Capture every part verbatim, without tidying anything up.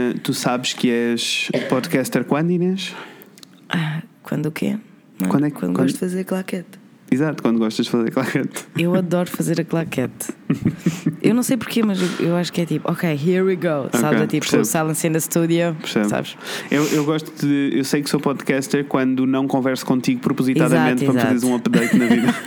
Uh, tu sabes que és podcaster quando, Inês? Ah, quando o quê? Não, quando é que, quando, quando... gosto de fazer claquete. Exato, quando gostas de fazer claquete. Eu adoro fazer a claquete. Eu não sei porquê, mas eu, eu acho que é tipo, ok, here we go. Okay, sabes? É tipo percebo. Silence in the Studio. Percebo. Sabes? Eu, eu gosto de. Eu sei que sou podcaster quando não converso contigo propositadamente exato, para me exato. fazeres um update na vida.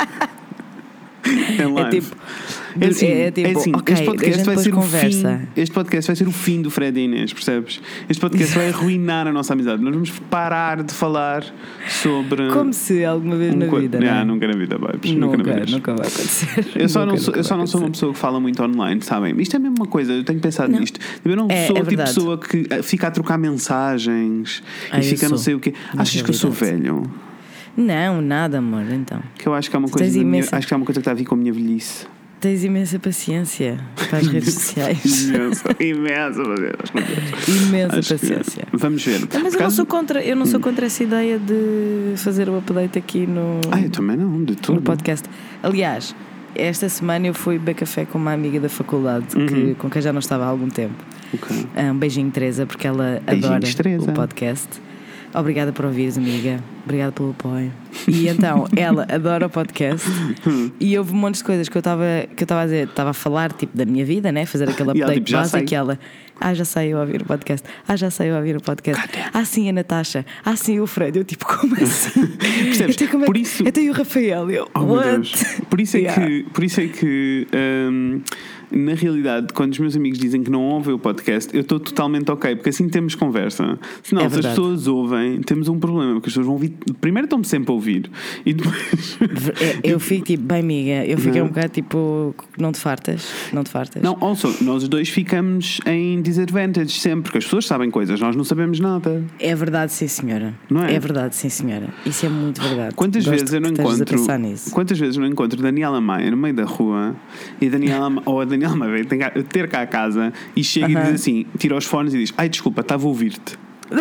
É tipo, é assim, é tipo é assim okay, este podcast vai ser conversa. o fim. Este podcast vai ser o fim do Fred e Inês, percebes? Este podcast vai arruinar a nossa amizade. Nós vamos parar de falar sobre. Como se alguma vez um na co... vida. Não, não? Nunca na vida, babes. Nunca, nunca, na vida. nunca vai acontecer. Eu só nunca, não sou, eu só não sou uma acontecer. pessoa que fala muito online, sabem? Isto é mesmo uma coisa, eu tenho pensado não. nisto. Eu não é, sou é o tipo de verdade. pessoa que fica a trocar mensagens ah, e fica sou. não sei o quê. Na Achas que eu sou velho? Não, nada, amor, então. Que eu acho que é uma coisa, minha, acho que é uma coisa que está a vir com a minha velhice. Tens imensa paciência para as redes sociais. Imensa, imensa, Imensa acho paciência. Que, vamos ver. Não, mas Por eu, caso... não sou contra, eu não sou contra essa ideia de fazer o update aqui no, ah, eu também não, de tudo. no podcast. Aliás, esta semana eu fui beber café com uma amiga da faculdade uhum. que, com quem já não estava há algum tempo. Okay. Um beijinho, Teresa, porque ela Beijinhos, adora Teresa. o podcast. Obrigada por ouvires, amiga. Obrigada pelo apoio. E então, ela adora o podcast. E houve um monte de coisas que eu estava que eu estava a dizer, estava a falar tipo da minha vida, né? Fazer aquele update tipo, básico. E ela, ah, já sei eu ouvir o podcast. Ah, já sei eu ouvir o podcast. Ah, sim, a Natasha. Ah, sim, o Fred. Eu tipo, como assim? Percebes? Então, como é por que... isso... Eu tenho o Rafael. Eu, oh, what? Por isso é yeah. que, por isso é que um, na realidade, quando os meus amigos dizem que não ouvem o podcast, eu estou totalmente ok, porque assim temos conversa. Senão, é se as pessoas ouvem, temos um problema, porque as pessoas vão ouvir. Primeiro estão-me sempre a ouvir e depois. Eu fico tipo, bem, amiga, eu fiquei não. um bocado tipo, não te fartas? Não te fartas? Não, also, nós os dois ficamos em disadvantage sempre, porque as pessoas sabem coisas, nós não sabemos nada. É verdade, sim, senhora. Não é? É verdade, sim, senhora. Isso é muito verdade. Quantas Gosto vezes eu não encontro. Quantas vezes eu não encontro Daniela Maia no meio da rua e Daniela ou a Daniela Maia tem que ter cá a casa e chega uh-huh. e diz assim, tira os fones e diz: ai, desculpa, estava a ouvir-te.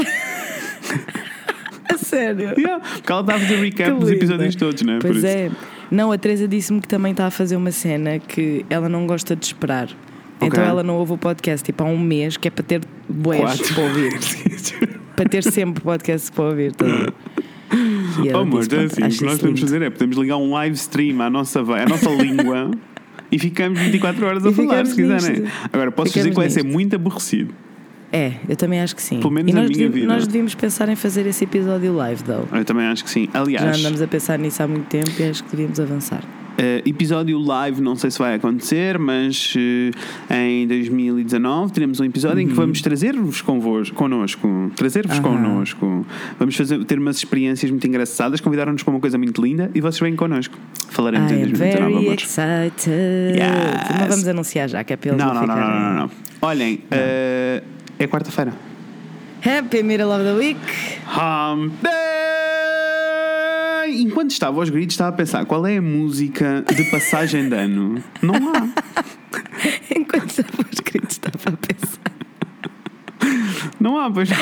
A sério? Yeah, porque ela está a fazer recap dos episódios todos, não é? Pois Por é. isso. Não, a Teresa disse-me que também está a fazer uma cena que ela não gosta de esperar. Okay. Então ela não ouve o podcast tipo há um mês, que é para ter bués para ouvir. Para ter sempre podcast para ouvir. Tá? Oh, amor, então assim, o que nós podemos fazer é podemos ligar um live stream à nossa, à nossa língua e ficamos vinte e quatro horas a falar, se quiserem. Agora, posso ficamos dizer que vai nisto. Ser muito aborrecido. É, eu também acho que sim. Pelo menos e na nós, minha devíamos, vida. nós devíamos pensar em fazer esse episódio live, though. Eu também acho que sim. Aliás, já andamos a pensar nisso há muito tempo e acho que devíamos avançar. Uh, episódio live, não sei se vai acontecer, mas uh, em dois mil e dezanove teremos um episódio uhum. em que vamos trazer-vos convosco, connosco, trazer-vos uhum. connosco. Vamos fazer, ter umas experiências muito engraçadas, convidaram-nos para uma coisa muito linda e vocês vêm connosco. Falaremos I em dois mil e dezanove, very amores. Excited. Yes. Não vamos anunciar já, que é pelo não, não, não, ficar... não, não, não. Olhem, uh, é quarta-feira. Happy Middle of the Week. Hump Day! Enquanto estava aos gritos, estava a pensar qual é a música de passagem de ano. Não há. Enquanto estava aos gritos, estava a pensar. Não há, pois não.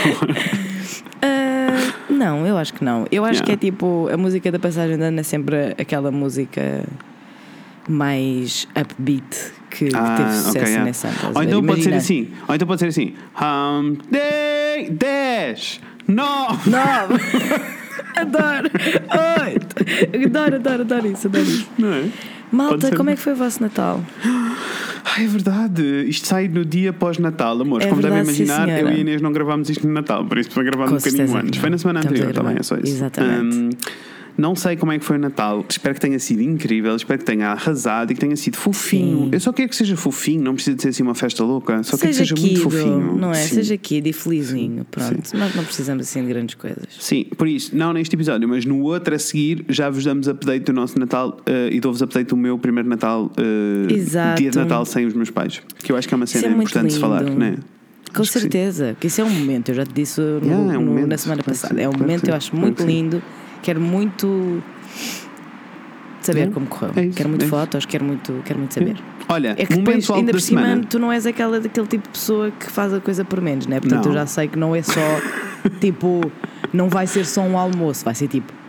Uh, não, eu acho que não. Eu acho yeah. que é tipo, a música da passagem de ano é sempre aquela música mais upbeat que, ah, que teve sucesso okay, yeah. nesse ano. Ou então pode ser assim. Ou então pode ser assim. Hump Day dez, nove. Adoro! Oito! Adoro, adoro, adoro isso, adoro isso. Não é? Malta, como é que foi o vosso Natal? Ai, é verdade. Isto sai no dia pós-Natal, amores. É como verdade, devem imaginar, sim, eu e a Inês não gravámos isto no Natal, por isso foi gravado Com um bocadinho certeza. antes. Foi na semana Estamos anterior, também é só isso. Exatamente. Um, Não sei como é que foi o Natal. Espero que tenha sido incrível. Espero que tenha arrasado e que tenha sido fofinho. Sim. Eu só quero que seja fofinho. Não precisa de ser assim uma festa louca. Só quero que seja kid, muito fofinho. Não é? Sim. Seja kid e felizinho. Pronto. Sim. Nós não precisamos assim de grandes coisas. Sim, por isso, não neste episódio, mas no outro a seguir já vos damos update do nosso Natal uh, e dou-vos update do meu primeiro Natal, uh, Exato. dia de Natal sem os meus pais. Que eu acho que é uma cena é importante de falar, não é? Com acho certeza, que, que isso é um momento. Eu já te disse no, yeah, é um no, momento, na semana passada. Sim, é um momento que eu acho muito lindo. Quero muito saber é, como correu. É isso, quero muito é fotos, quero muito, quero muito saber. É. Olha, é que depois, ainda por cima, semana. tu não és aquela daquele tipo de pessoa que faz a coisa por menos, né? Portanto, não. eu já sei que não é só tipo, não vai ser só um almoço, vai ser tipo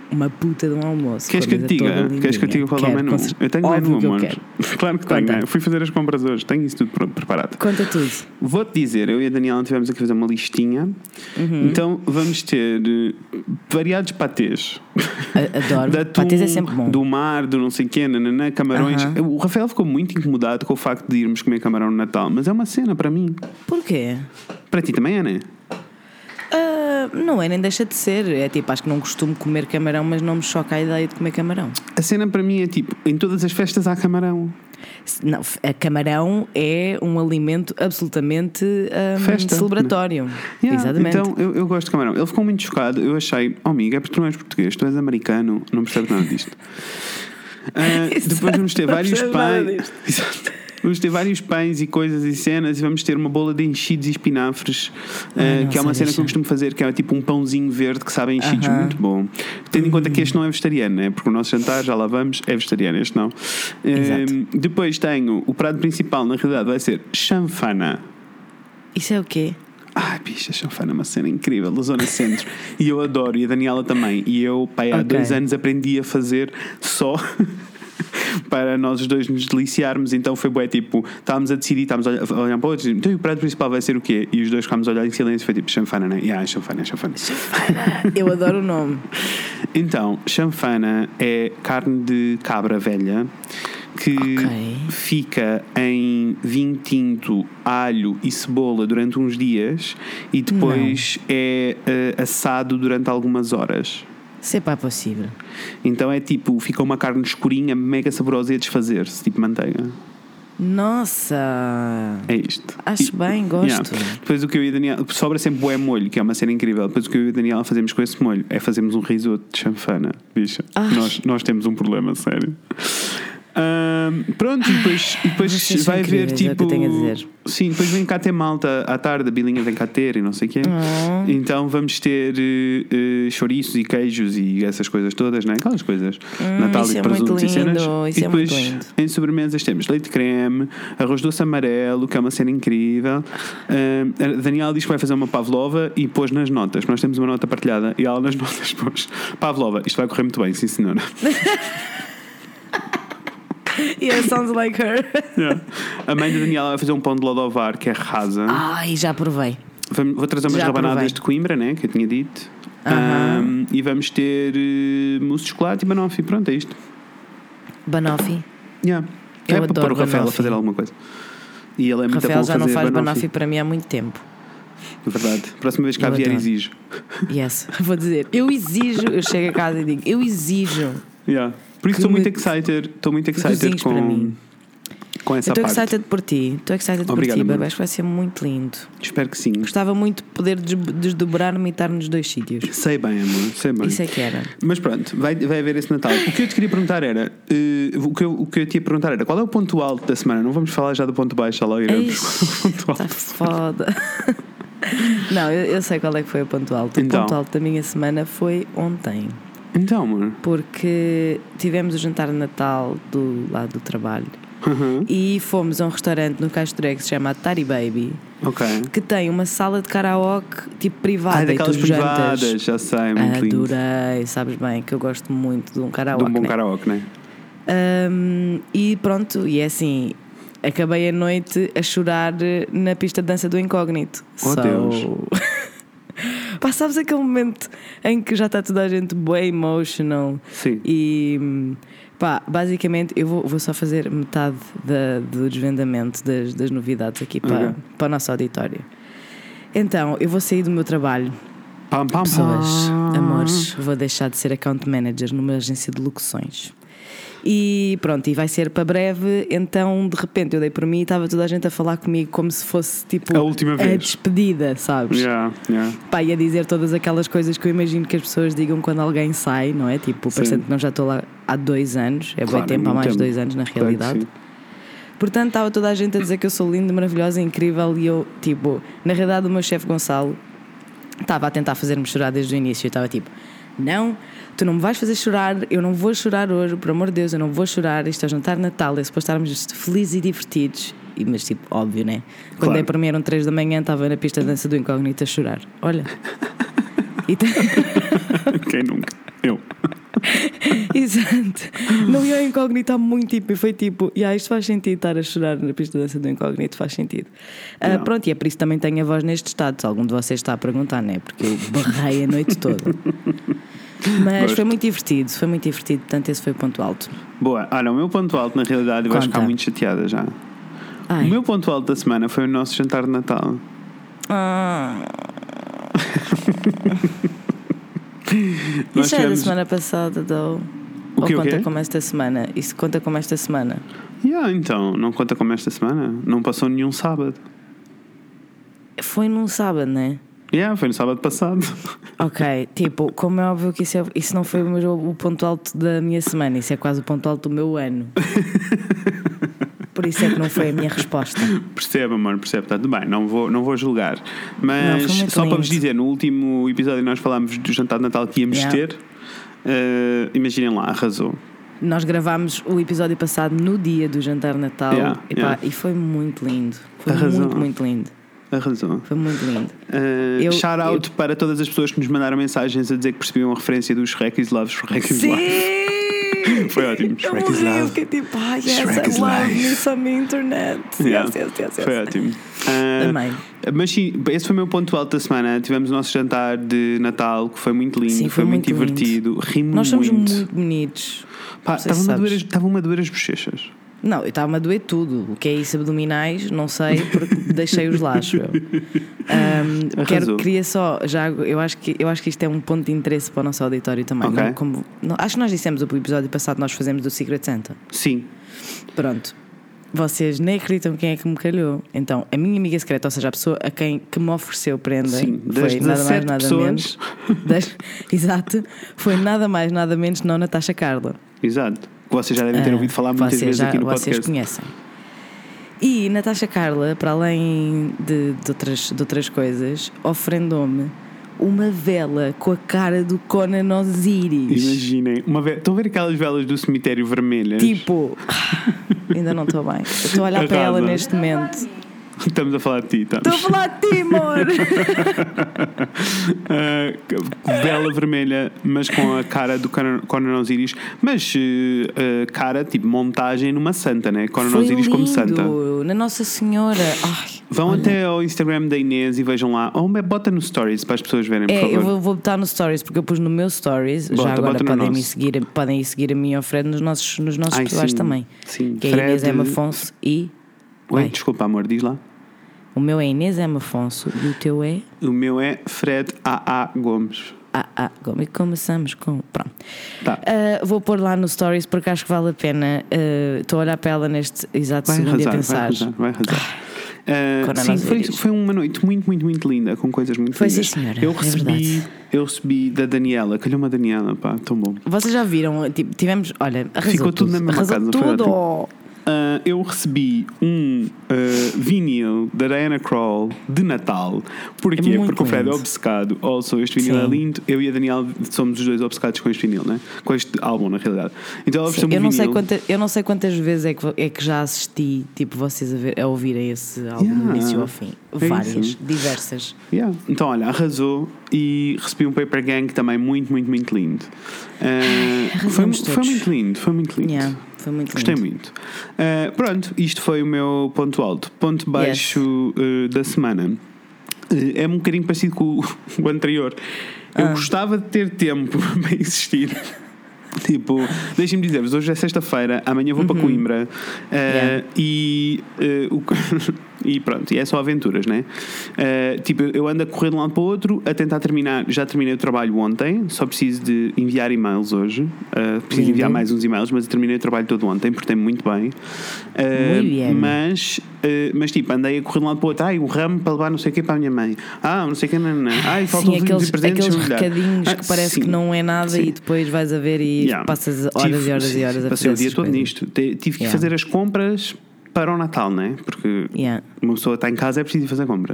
uma puta de um almoço. Queres que eu te diga? Queres que eu te diga qual é o menu? Eu tenho o menu, amor. Claro que tenho. Eu fui fazer as compras hoje, tenho isso tudo preparado. Conta tudo. Vou-te dizer, eu e a Daniela tivemos aqui a fazer uma listinha. Uhum. Então vamos ter variados patês. Adoro. Atum, patês é sempre bom. Do mar, do não sei o quê, nananã, camarões. Uhum. O Rafael ficou muito incomodado com o facto de irmos comer camarão no Natal, mas é uma cena para mim. Porquê? Para ti também é, não é? Uh, não é, nem deixa de ser. É tipo, acho que não costumo comer camarão, mas não me choca a ideia de comer camarão. A cena para mim é tipo, em todas as festas há camarão. Não, a camarão é um alimento absolutamente um, Festa, celebratório. Yeah, exatamente. Então eu, eu gosto de camarão. Ele ficou muito chocado. Eu achei, oh amiga, é porque tu não és português, tu és americano, não percebes nada disto. Uh, depois vamos ter vários pães. Exato. Vamos ter vários pães e coisas e cenas. E vamos ter uma bola de enchidos e espinafres, ah, uh, que é uma cena deixar. que eu costumo fazer, que é tipo um pãozinho verde que sabe a enchidos, uh-huh. muito bom. Tendo em conta que este não é vegetariano, né? Porque o nosso jantar, já lá vamos, é vegetariano, este não. Uh, depois tenho o prato principal, na realidade vai ser chanfana. Isso é o quê? Ai, bicha, chanfana é uma cena incrível da Zona Centro. E eu adoro, e a Daniela também. E eu, pai, há okay. dois anos aprendi a fazer só para nós os dois nos deliciarmos. Então foi bué, tipo, estávamos a decidir, estávamos a olhar, a olhar para o outro, então o prato principal vai ser o quê? E os dois ficámos a olhar em silêncio. Foi tipo, chanfana, né? Yeah, chanfana, chanfana. Eu adoro o nome. Então, chanfana é carne de cabra velha que okay. fica em vinho tinto, alho e cebola durante uns dias e depois Não. é uh, assado durante algumas horas. Se é pá possível. Então é tipo, fica uma carne escurinha, mega saborosa e a desfazer-se, tipo manteiga. Nossa! É isto. Acho e, bem, gosto. Yeah. Depois o que eu e a Daniela, sobra sempre bué molho, que é uma cena incrível. Depois o que eu e a Daniela fazemos com esse molho é fazermos um risoto de chanfana, bicha. Nós, nós temos um problema sério. Um, pronto, e depois, e depois vai haver tipo. É sim, depois vem cá ter malta à tarde, a Bilinha vem cá ter e não sei o quê. Oh. Então vamos ter uh, uh, chouriços e queijos e essas coisas todas, né? Aquelas coisas, hum, Natal e presuntos é e cenas. Isso e depois é muito em sobremesas temos leite creme, arroz doce amarelo, que é uma cena incrível. Uh, a Daniela diz que vai fazer uma pavlova e pôs nas notas. Nós temos uma nota partilhada e ela nas notas pôs pavlova. Isto vai correr muito bem, sim senhora. Yeah, sounds like her. Yeah. A mãe da Daniela vai fazer um pão de Lodovar que é rasa. Ai, já provei. Vou trazer umas já rabanadas provei. de Coimbra, né, que eu tinha dito. Uh-huh. um, E vamos ter uh, mousse de chocolate e banoffee. Pronto, é isto. Banoffee? Yeah. Eu é adoro para pôr o Rafael banoffee. a fazer alguma coisa. E ele é muito Rafael bom já fazer não faz banoffee. banoffee para mim há muito tempo. É verdade. Próxima vez que cá vier exijo. Yes, vou dizer, eu exijo. Eu chego a casa e digo, eu exijo. Yeah. Por isso estou muito excited, estou muito excited com, com essa parte. Estou excited por ti, estou excited Obrigado, por ti, bebê. Acho que vai ser muito lindo. Espero que sim. Gostava muito de poder desdobrar-me e estar nos dois sítios. Sei bem, amor, sei bem. Isso é que era. Mas pronto, vai, vai haver esse Natal. O que eu te queria perguntar era uh, o, que eu, o que eu te ia perguntar era qual é o ponto alto da semana? Não vamos falar já do ponto baixo, já logo iremos. Está foda. Não, eu, eu sei qual é que foi o ponto alto. O então. ponto alto da minha semana foi ontem. Então, amor. Porque tivemos o jantar de Natal do lado do trabalho. Uhum. E fomos a um restaurante no Castro que se chama Atari Baby. Ok. Que tem uma sala de karaoke tipo privada. Ah, daquelas e tu privadas, jantas. já sei, muito Adorei, lindo. Adorei, sabes bem que eu gosto muito de um karaoke. De um bom né? karaoke, não é? Um, e pronto, e é assim, acabei a noite a chorar na pista de dança do Incógnito. Oh, so... Deus. Pá, sabes aquele momento em que já está toda a gente bem emotional? Sim. E pá, basicamente eu vou, vou só fazer metade da, do desvendamento das, das novidades aqui para, okay. para o nosso auditório. Então, eu vou sair do meu trabalho. Pam, pam, Pessoas, pam. amores, vou deixar de ser account manager numa agência de locuções. E pronto, e vai ser para breve. Então de repente eu dei por mim e estava toda a gente a falar comigo como se fosse tipo a última vez, a despedida, sabes? Yeah, yeah. Pá, e a dizer todas aquelas coisas que eu imagino que as pessoas digam quando alguém sai, não é? Tipo, parecendo que não já estou lá há dois anos. É claro, bem tempo, há mais de tempo. dois anos na realidade. Claro, portanto estava toda a gente a dizer que eu sou linda, maravilhosa, incrível. E eu, tipo, na realidade o meu chefe Gonçalo estava a tentar fazer-me chorar desde o início. Eu estava tipo, não, tu não me vais fazer chorar, eu não vou chorar hoje, por amor de Deus, eu não vou chorar. Isto é um jantar de Natal, é suposto estarmos felizes e divertidos. E, mas tipo, óbvio, né? Quando claro. dei para mim eram três da manhã, estava na pista de dança do Incógnito a chorar. Olha. E t... Quem nunca? Eu. Exato. Não ia ao incógnito há muito tempo e foi tipo, yeah, isto faz sentido estar a chorar na pista de dança do incógnito, faz sentido. Uh, pronto, e é por isso também tenho a voz neste estado. Se algum de vocês está a perguntar, não é? Porque eu barrei a noite toda. Mas Gosto. foi muito divertido, foi muito divertido, portanto esse foi o ponto alto. Boa, olha, o meu ponto alto na realidade eu Conta. acho que ficar muito chateada já. Ai. O meu ponto alto da semana foi o nosso jantar de Natal. Ah. Isso tivemos... é da semana passada, though. O que, Ou conta como esta semana? Isso conta como esta semana? Yeah, então, não conta como esta semana. Não passou nenhum sábado. Foi num sábado, não é? Yeah, foi no sábado passado. Ok, tipo, como é óbvio que isso, é, isso não foi o, o ponto alto da minha semana. Isso é quase o ponto alto do meu ano. Por isso é que não foi a minha resposta. Percebe, amor, percebe, está tudo bem, não vou, não vou julgar. Mas não, só lindo. Para vos dizer, no último episódio nós falámos do jantar de Natal que íamos yeah. ter. uh, Imaginem lá, arrasou. Nós gravámos o episódio passado no dia do jantar de Natal. yeah, e, pá, yeah. e foi muito lindo. Foi arrasou. muito, muito lindo. Arrasou. Foi muito lindo. uh, eu, Shout out eu... para todas as pessoas que nos mandaram mensagens a dizer que percebiam a referência do Shrek is Love, Shrek is Love. Foi ótimo. Shrek is Love. Eu fiquei tipo, ah, yes, Shrek I love me some internet. Yeah. Yes, yes, yes, yes. Foi ótimo. Uh, mas sim, esse foi o meu ponto alto da semana. Tivemos o nosso jantar de Natal, que foi muito lindo, sim, foi, foi muito, muito divertido. Rimos Nós somos muito, muito bonitos. Estavam-me a doer as bochechas. Não, eu estava-me a doer tudo. O que é isso, abdominais? Não sei, porque deixei-os lá, acho eu. Um, quero, queria só, já, eu, acho que, eu acho que isto é um ponto de interesse para o nosso auditório também. Okay. Não? Como, não, acho que nós dissemos no episódio passado que nós fazemos do Secret Santa. Sim. Pronto. Vocês nem acreditam quem é que me calhou. Então, a minha amiga secreta, ou seja, a pessoa a quem que me ofereceu prenda, sim, foi nada mais, nada pessoas. menos. Das, exato. Foi nada mais, nada menos não Natasha Carla. Exato. Que vocês já devem ter ouvido falar muitas vocês vezes já, aqui no vocês podcast. Vocês conhecem. E Natasha Carla, para além de, de, outras, de outras coisas, oferendou-me uma vela com a cara do Conan Osiris. Imaginem, uma ve- estão a ver aquelas velas do cemitério vermelhas? Tipo, ainda não estou bem. Estou a olhar para ela neste momento. Estamos a falar de ti, estamos. Estou a falar de ti, amor. uh, Vela vermelha, mas com a cara do Conan Osiris. Mas uh, cara, tipo, montagem numa santa, né? Conan Osiris como santa. Na Nossa Senhora. Ai, vão olha. até ao Instagram da Inês e vejam lá. Ou oh, bota no Stories para as pessoas verem, por é, favor. Eu vou, vou botar no Stories porque eu pus no meu Stories. Bota, já agora podem me seguir, podem ir seguir a mim e ao Fred nos nossos, nos nossos Ai, pessoais sim, também. Sim. Que é Fred... Inês M. Afonso e. Oi, desculpa, amor, diz lá. O meu é Inês M. Afonso e o teu é? O meu é Fred A A Gomes. A A Gomes. E começamos com. Pronto. Tá. Uh, vou pôr lá no Stories porque acho que vale a pena. Estou uh, a olhar para ela neste exato vai segundo arrasar, e a pensar. Vai arrasar, vai arrasar. Uh, sim, foi, foi uma noite muito, muito, muito linda, com coisas muito foi lindas. Sim, senhora, eu recebi, é eu recebi da Daniela, calhou-me a Daniela, pá, tão bom. Vocês já viram? Tipo, tivemos, olha, arrasou ficou tudo, tudo na mesma arrasou casa. Tudo. Uh, eu recebi um uh, vinil da Diana Krall de Natal. Porquê? É porque o Fred lindo. é obcecado. Also, este vinil Sim. é lindo. Eu e a Daniela somos os dois obcecados com este vinil, né? Com este álbum, na realidade. Então ela ofereceu-me eu, um não vinil. sei quanta, eu não sei quantas vezes é que, é que já assisti, tipo, vocês a, ver, a ouvirem esse álbum yeah. do início ao fim. É Várias, isso. diversas. Yeah. Então, olha, arrasou. E recebi um Paper Gang também muito, muito, muito lindo. Uh, foi, foi muito lindo. Foi muito lindo. Yeah. Foi muito Gostei lindo. muito. Uh, pronto, isto foi o meu ponto alto. Ponto baixo yes. uh, da semana. Uh, é um bocadinho parecido com o, o anterior. Eu ah. gostava de ter tempo para existir. Tipo, deixem-me dizer-vos, hoje é sexta-feira, amanhã vou uhum. para Coimbra uh, yeah. e, uh, o, e pronto, e é só aventuras, né? Uh, tipo, eu ando a correr de um lado para o outro, a tentar terminar. Já terminei o trabalho ontem, só preciso de enviar e-mails hoje. Uh, preciso uhum. enviar mais uns e-mails, mas eu terminei o trabalho todo ontem, portei-me muito bem. Uh, muito bem. Mas, uh, mas tipo, andei a correr de um lado para o outro. Ai, o ramo para levar não sei o que para a minha mãe. Ah, não sei o que, não, não. Ai, faltam os livros e presentes. Aqueles recadinhos ah, que parece sim, que não é nada sim. e depois vais a ver e yeah. passas horas tive, e horas sim, e horas a passei fazer o dia todo coisas. nisto. Tive que yeah. fazer as compras para o Natal, né? Porque yeah. uma pessoa está em casa é preciso fazer compras.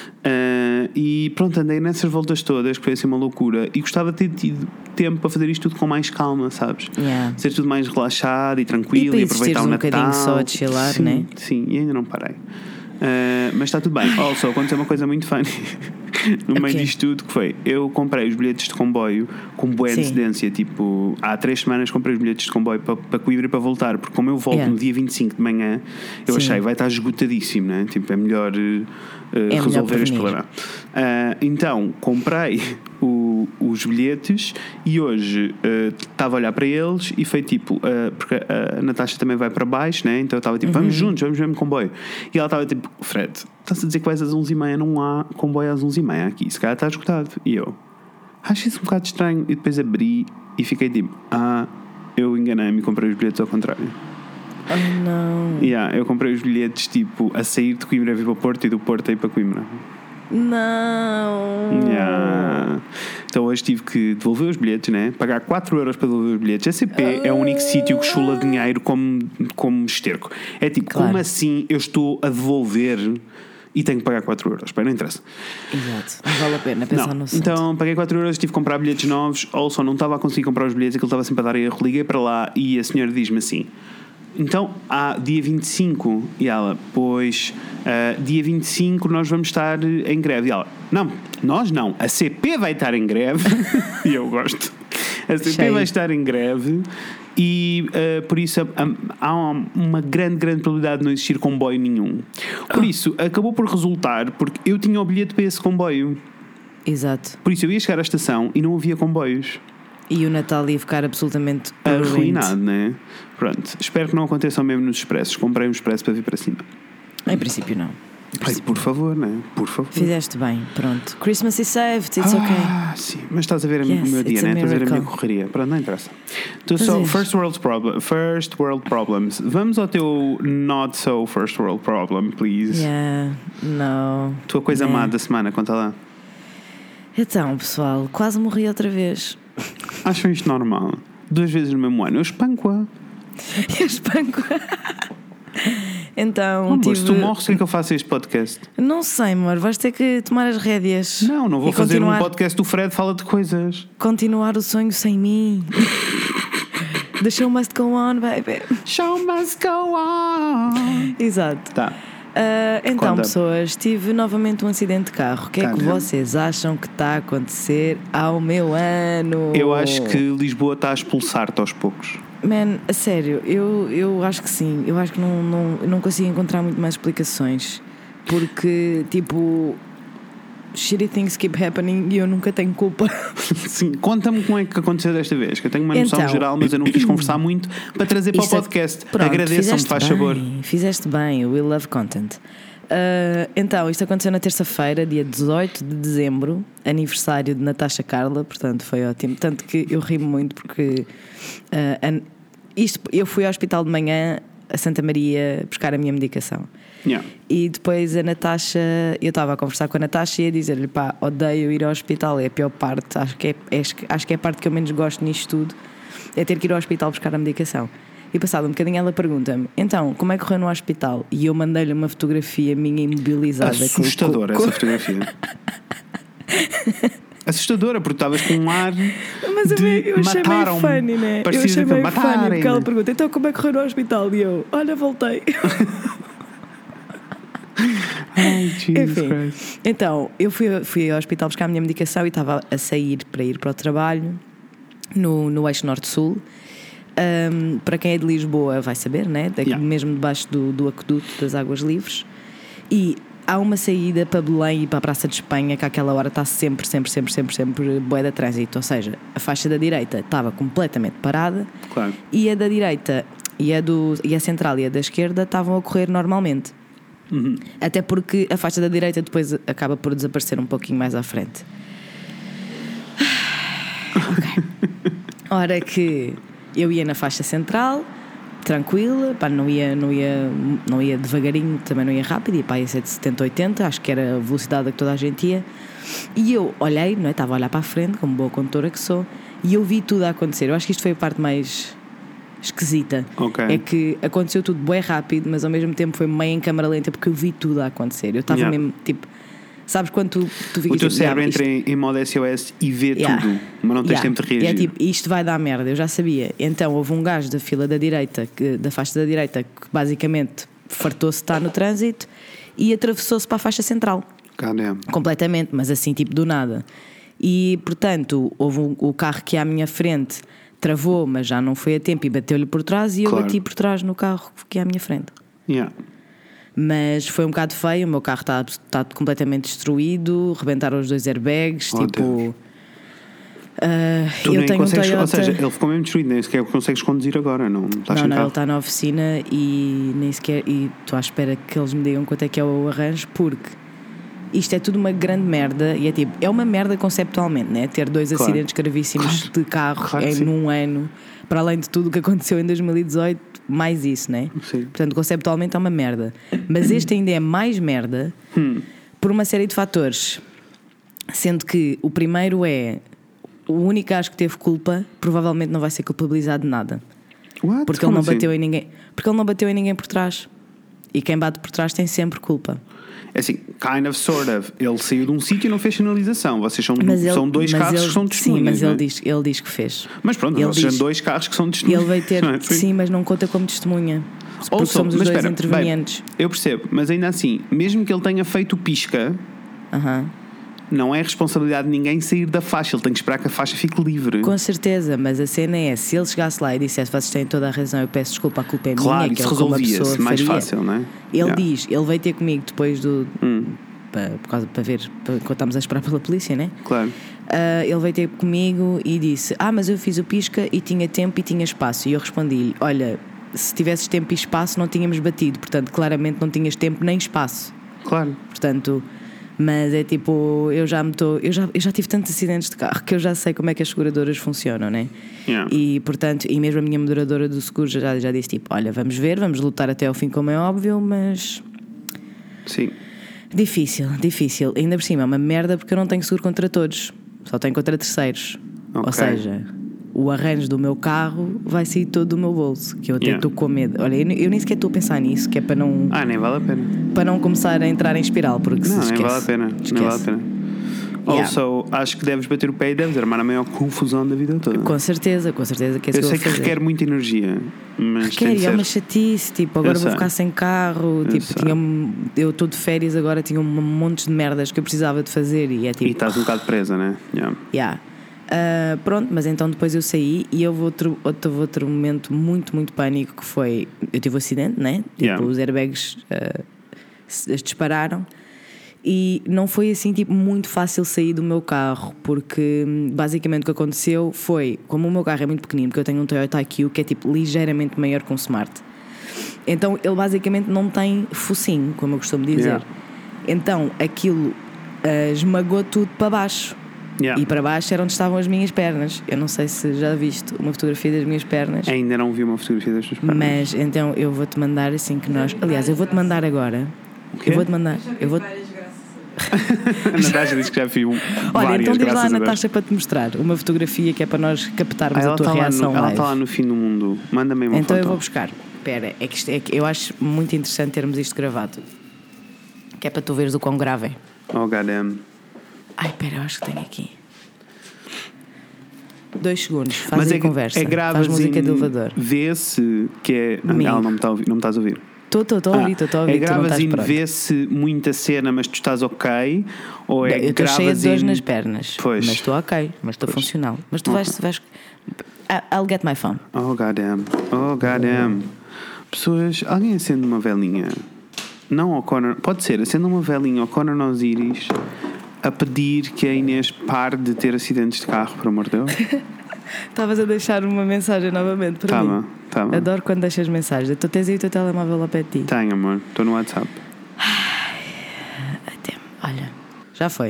Uh, e pronto, andei nessas voltas todas, que foi assim uma loucura. E gostava de ter tido tempo para fazer isto tudo com mais calma, sabes? Yeah. Ser tudo mais relaxado e tranquilo e, e aproveitar o um Natal. bocadinho só de chilar, sim, né? Sim, e ainda não parei. Uh, mas está tudo bem. Also, aconteceu uma coisa muito funny. no meio Okay. disto tudo, que foi, eu comprei os bilhetes de comboio com boa Sim. antecedência, tipo, há três semanas comprei os bilhetes de comboio para, para Coimbra e para voltar, porque como eu volto Yeah. no dia vinte e cinco de manhã, eu Sim. achei, vai estar esgotadíssimo, né? Tipo, é melhor uh, É resolver melhor este prevenir. problema. Uh, então, comprei o, os bilhetes e hoje uh, estava a olhar para eles e foi tipo, uh, porque a Natasha também vai para baixo, né? Então eu estava tipo, vamos Uhum. juntos, vamos mesmo comboio. E ela estava tipo, Fred, estás a dizer que vais às onze e meia, não há comboio às onze e meia aqui, se calhar está esgotado. E eu, acho isso um bocado estranho. E depois abri e fiquei tipo, ah, eu enganei-me e comprei os bilhetes ao contrário. Oh não. Yeah, eu comprei os bilhetes tipo a sair de Coimbra a vir para o Porto e do Porto a ir para Coimbra. Não. Yeah. Então hoje tive que devolver os bilhetes, né? Pagar quatro euros para devolver os bilhetes. A C P é o único sítio que chula dinheiro como, como esterco. É tipo, Claro. como assim eu estou a devolver e tenho que pagar quatro euros? Pá, não interessa. Exato. Não vale a pena pensar Não. no assunto. Então paguei quatro euros, tive que comprar bilhetes novos. Ou só não estava a conseguir comprar os bilhetes, aquilo estava sempre a dar erro. Liguei para lá e a senhora diz-me assim: então, há dia vinte e cinco, e ela, pois, uh, dia vinte e cinco nós vamos estar em greve. E ela, não, nós não, a C P vai estar em greve. E eu gosto. A C P Cheio. vai estar em greve e uh, por isso um, há uma, uma grande, grande probabilidade de não existir comboio nenhum. Por isso, acabou por resultar, porque eu tinha o bilhete para esse comboio. Exato. Por isso, eu ia chegar à estação e não havia comboios. E o Natal ia ficar absolutamente Arruinado, ruinado. né? Pronto, espero que não aconteça o mesmo nos expressos. Comprei um expresso para vir para cima. Em princípio não. Em Ai, princípio, por favor, né? Por favor. fizeste bem, pronto. Christmas is saved, it's Ah, sim, mas estás a ver Yes, o meu dia, it's a né? Estás a ver a minha miracle. correria. Pronto, não interessa. Então, Mas so, é. first world problem, first world problems. Vamos ao teu not so first world problem, please. ok. Yeah, não. Tua coisa Né. má da semana, conta lá. Então, pessoal, quase morri outra vez. Acham isto normal? Duas vezes no mesmo ano. Eu espanco-a. Eu espanco. Então, Amor, tive... se tu morres, o que é que eu faço a este podcast? Não sei, amor, vais ter que tomar as rédeas. Não, não vou e fazer continuar, um podcast do Fred fala de coisas. continuar o sonho sem mim. The show must go on, baby. Show must go on. Exato. Tá. Ah, então, Conta. pessoas, tive novamente um acidente de carro. O que é que Calma. vocês acham que está a acontecer ao meu ano? Eu acho que Lisboa está a expulsar-te aos poucos. Man, a sério, eu, eu acho que sim. Eu acho que não, não, eu não consigo encontrar muito mais explicações. Porque, tipo, shitty things keep happening e eu nunca tenho culpa. Sim, conta-me como é que aconteceu desta vez, que eu tenho uma noção Então, geral, mas eu não quis conversar muito para trazer para o Isto é- podcast. Pronto, Agradeçam-me, fizeste faz bem, favor. Fizeste bem, we love content. Ah, então, isto aconteceu na terça-feira, dia dezoito de dezembro, aniversário de Natasha Carla, portanto foi ótimo. Tanto que eu ri muito porque ah, an- isto, eu fui ao hospital de manhã a Santa Maria buscar a minha medicação. Yeah. E depois a Natasha, eu estava a conversar com a Natasha e a dizer-lhe: pá, odeio ir ao hospital, é a pior parte, acho que é, é, acho que é a parte que eu menos gosto nisto tudo, é ter que ir ao hospital buscar a medicação. E passado um bocadinho ela pergunta-me: então, como é que correu no hospital? E eu mandei-lhe uma fotografia minha imobilizada. Assustadora com, com, essa fotografia. Assustadora, porque estavas com um ar. Mas eu, de eu achei meio mataram-me. funny, né? Eu Parecia achei que meio matarem-me. funny porque ela pergunta: então, como é que correu no hospital? E eu: olha, voltei. Ai, Jesus Enfim, Christ. então, eu fui, fui ao hospital buscar a minha medicação e estava a sair para ir para o trabalho no, no eixo norte-sul. Um, para quem é de Lisboa vai saber, né? Daqui Yeah. mesmo debaixo do, do aqueduto das Águas Livres. E há uma saída para Belém e para a Praça de Espanha que àquela hora está sempre, sempre, sempre, sempre, sempre bué de trânsito. Ou seja, a faixa da direita estava completamente parada Claro. e a da direita e a, do, e a central e a da esquerda estavam a correr normalmente. Uhum. Até porque a faixa da direita depois acaba por desaparecer um pouquinho mais à frente. Ok. Ora que eu ia na faixa central, tranquila, pá, não, ia, não, ia, não ia devagarinho, também não ia rápido, ia para ia ser de setenta, oitenta, acho que era a velocidade a que toda a gente ia. E eu olhei, não é? Estava a olhar para a frente, como boa condutora que sou, e eu vi tudo a acontecer. Eu acho que isto foi a parte mais esquisita. Ok. É que aconteceu tudo bem rápido, mas ao mesmo tempo foi meio em câmara lenta porque eu vi tudo a acontecer. Eu estava Yeah. mesmo tipo, sabes quando tu, tu ficas O teu tipo, cérebro "Ah, isto- entra em, em modo S O S e vê Yeah. tudo, mas não tens Yeah. tempo de E reagir. é tipo, isto vai dar merda, eu já sabia. Então houve um gajo da fila da direita, que, da faixa da direita, que basicamente fartou-se de estar no trânsito e atravessou-se para a faixa central. completamente, mas assim, tipo, do nada. E, portanto, houve um, o carro que ia à minha frente travou, mas já não foi a tempo e bateu-lhe por trás e eu claro. bati por trás no carro que ia à minha frente. Yeah. Mas foi um bocado feio, o meu carro está tá completamente destruído, rebentaram os dois airbags, oh, tipo... Uh, tu eu tenho um Toyota... Ou seja, ele ficou mesmo destruído, nem sequer consegues conduzir agora, não? Estás não, não, carro. Ele está na oficina e nem sequer... E estou à espera que eles me digam quanto é que é o arranjo, porque isto é tudo uma grande merda e é tipo... É uma merda conceptualmente, né? Ter dois claro. acidentes gravíssimos claro. de carro claro em um ano, para além de tudo o que aconteceu em dois mil e dezoito, mais isso, né? Sim. Portanto, conceptualmente é uma merda. Mas este ainda é mais merda hum. por uma série de fatores. Sendo que o primeiro é... O único gajo que teve culpa provavelmente não vai ser culpabilizado de nada. What? Porque Como ele não assim? bateu em ninguém. Porque ele não bateu em ninguém por trás. E quem bate por trás tem sempre culpa. É assim, kind of, sort of. Ele saiu de um sítio e não fez sinalização. Vocês são, ele, são dois carros ele, que são testemunhas. Sim, mas né? ele, diz, ele diz que fez. Mas pronto, ele vocês diz, são dois carros que são testemunhas. Ele vai ter, é? sim. sim, mas não conta como testemunha. Porque Ou somos os dois espera, intervenientes. Bem, eu percebo, mas ainda assim, mesmo que ele tenha feito pisca, uh-huh. não é responsabilidade de ninguém sair da faixa. Ele tem que esperar que a faixa fique livre. Com certeza, mas a cena é, se ele chegasse lá e dissesse vocês têm toda a razão, eu peço desculpa, a culpa é claro, minha, que isso é como a pessoa resolvia-se mais faria. fácil, não é? Ele yeah. diz, ele veio ter comigo depois do hum. para, por causa, para ver para, quando estávamos a esperar pela polícia, né? Claro. Uh, ele veio ter comigo e disse, ah, mas eu fiz o pisca e tinha tempo e tinha espaço. E eu respondi-lhe, olha, se tivesses tempo e espaço não tínhamos batido, portanto claramente não tinhas tempo nem espaço. Claro. Portanto, mas é tipo, eu já me estou, eu já, eu já tive tantos acidentes de carro que eu já sei como é que as seguradoras funcionam, né? Yeah. E portanto, e mesmo a minha moderadora do seguro já, já disse tipo, olha, vamos ver, vamos lutar até ao fim, como é óbvio, mas sim. Difícil, difícil. Ainda por cima é uma merda porque eu não tenho seguro contra todos, só tenho contra terceiros. Okay. Ou seja, o arranjo do meu carro vai sair todo do meu bolso, que eu até estou yeah. com medo. Olha, eu, eu nem sequer estou a pensar nisso, que é para não. Ah, nem vale a pena. Para não começar a entrar em espiral, porque não, se nem esquece. vale a pena. Esquece. Não vale a pena. Yeah. Also, acho que deves bater o pé e deves armar a maior confusão da vida toda. Com certeza, com certeza que é eu isso sei que que fazer. requer muita energia, mas requer, tem é uma chatice, tipo, agora eu vou ficar sem carro, eu tipo, tinha, eu estou de férias agora, tinha um monte de merdas que eu precisava de fazer e é tipo. E estás um bocado presa, né? Yeah. Yeah. Uh, pronto, mas então depois eu saí e houve outro, outro, outro momento muito, muito pânico que foi, eu tive um acidente, né? Tipo, yeah. os airbags uh, dispararam e não foi assim tipo muito fácil sair do meu carro, porque basicamente o que aconteceu foi, como o meu carro é muito pequenino, porque eu tenho um Toyota I Q que é tipo ligeiramente maior que um Smart, então ele basicamente não tem focinho, como eu costumo dizer. Yeah. Então aquilo uh, esmagou tudo para baixo. Yeah. E para baixo era onde estavam as minhas pernas. Eu não sei se já viste uma fotografia das minhas pernas. Ainda não vi uma fotografia das tuas pernas. Mas então eu vou-te mandar assim que nós. Aliás, eu vou-te mandar agora. Eu vou-te mandar. Eu vou... A Natasha disse que já vi um. Olha, várias, então diz lá a a Natasha para te mostrar uma fotografia que é para nós captarmos ah, a tua reação. No, ela está lá no fim do mundo. Manda-me uma então foto. Eu vou buscar. Espera, é que, isto, é que eu acho muito interessante termos isto gravado. Que é para tu veres o quão grave é. Oh, goddamn. Ai, espera, eu acho que tenho aqui. Dois segundos, faz Mas aí é, conversa. É grave, faz música de elevador. Vê-se que é. Ah, ela não me está a ouvir, não me estás a ouvir. Estou, estou, estou a ouvir, estou a ouvir. É gravazinho, vê-se muita cena, mas tu estás ok? Ou é eu estou cheia de dores in... nas pernas. Pois. Mas estou ok, mas estou funcional. Mas tu okay. vais, vais. I'll get my phone. Oh goddamn, oh goddamn. Pessoas, alguém acende uma velinha. Não ao Conor, pode ser, acende uma velinha ao Conor Osiris a pedir que a Inês pare de ter acidentes de carro, por amor de Deus. Estavas a deixar uma mensagem novamente para tava, mim. Tava. Adoro quando deixas mensagens. Tu tens aí o teu telemóvel ao pé de ti. Tenho, amor. Estou no WhatsApp. Ai, até, olha, já foi.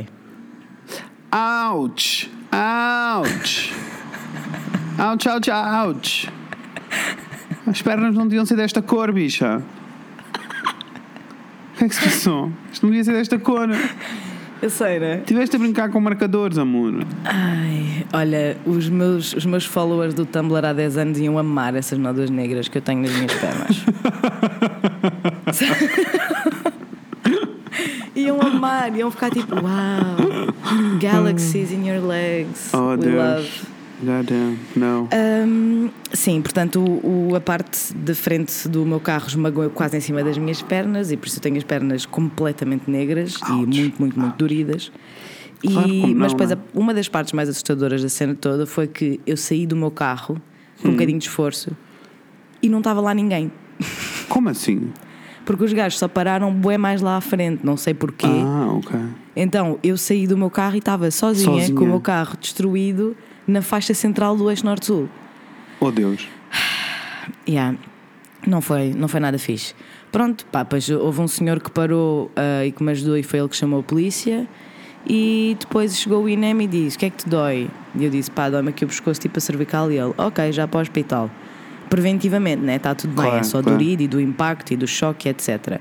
Ouch! Ouch! Ouch, ouch, ouch! As pernas não deviam ser desta cor, bicha. O que é que se passou? Isto não devia ser desta cor. Eu sei, né? Tiveste a brincar com marcadores, amor. Ai, olha, os meus, os meus followers do Tumblr há dez anos iam amar essas nódoas negras que eu tenho nas minhas pernas. Iam amar, iam ficar tipo, wow, galaxies in your legs. Oh, We Deus. love. God damn, no. Um, sim, portanto, o, o, a parte de frente do meu carro esmagou quase em cima das minhas pernas e por isso eu tenho as pernas completamente negras. Ouch. E muito, muito, muito doridas. Claro, e, não, mas depois, né? uma das partes mais assustadoras da cena toda foi que eu saí do meu carro com hum. um bocadinho de esforço e não estava lá ninguém. Como assim? Porque os gajos só pararam bué mais lá à frente, não sei porquê. Ah, ok. Então eu saí do meu carro e estava sozinha, sozinha. com o meu carro destruído na faixa central do eixo norte-sul. Oh Deus. Yeah. Não foi, não foi nada fixe. Pronto, pá, pois houve um senhor que parou uh, e que me ajudou e foi ele que chamou a polícia. E depois chegou o I N E M e disse: o que é que te dói? E eu disse: pá, dói-me aqui o pescoço tipo a cervical. E ele: ok, já para o hospital. Preventivamente, né? Está tudo claro, bem, é só claro. do rir e do impacto e do choque, etcétera.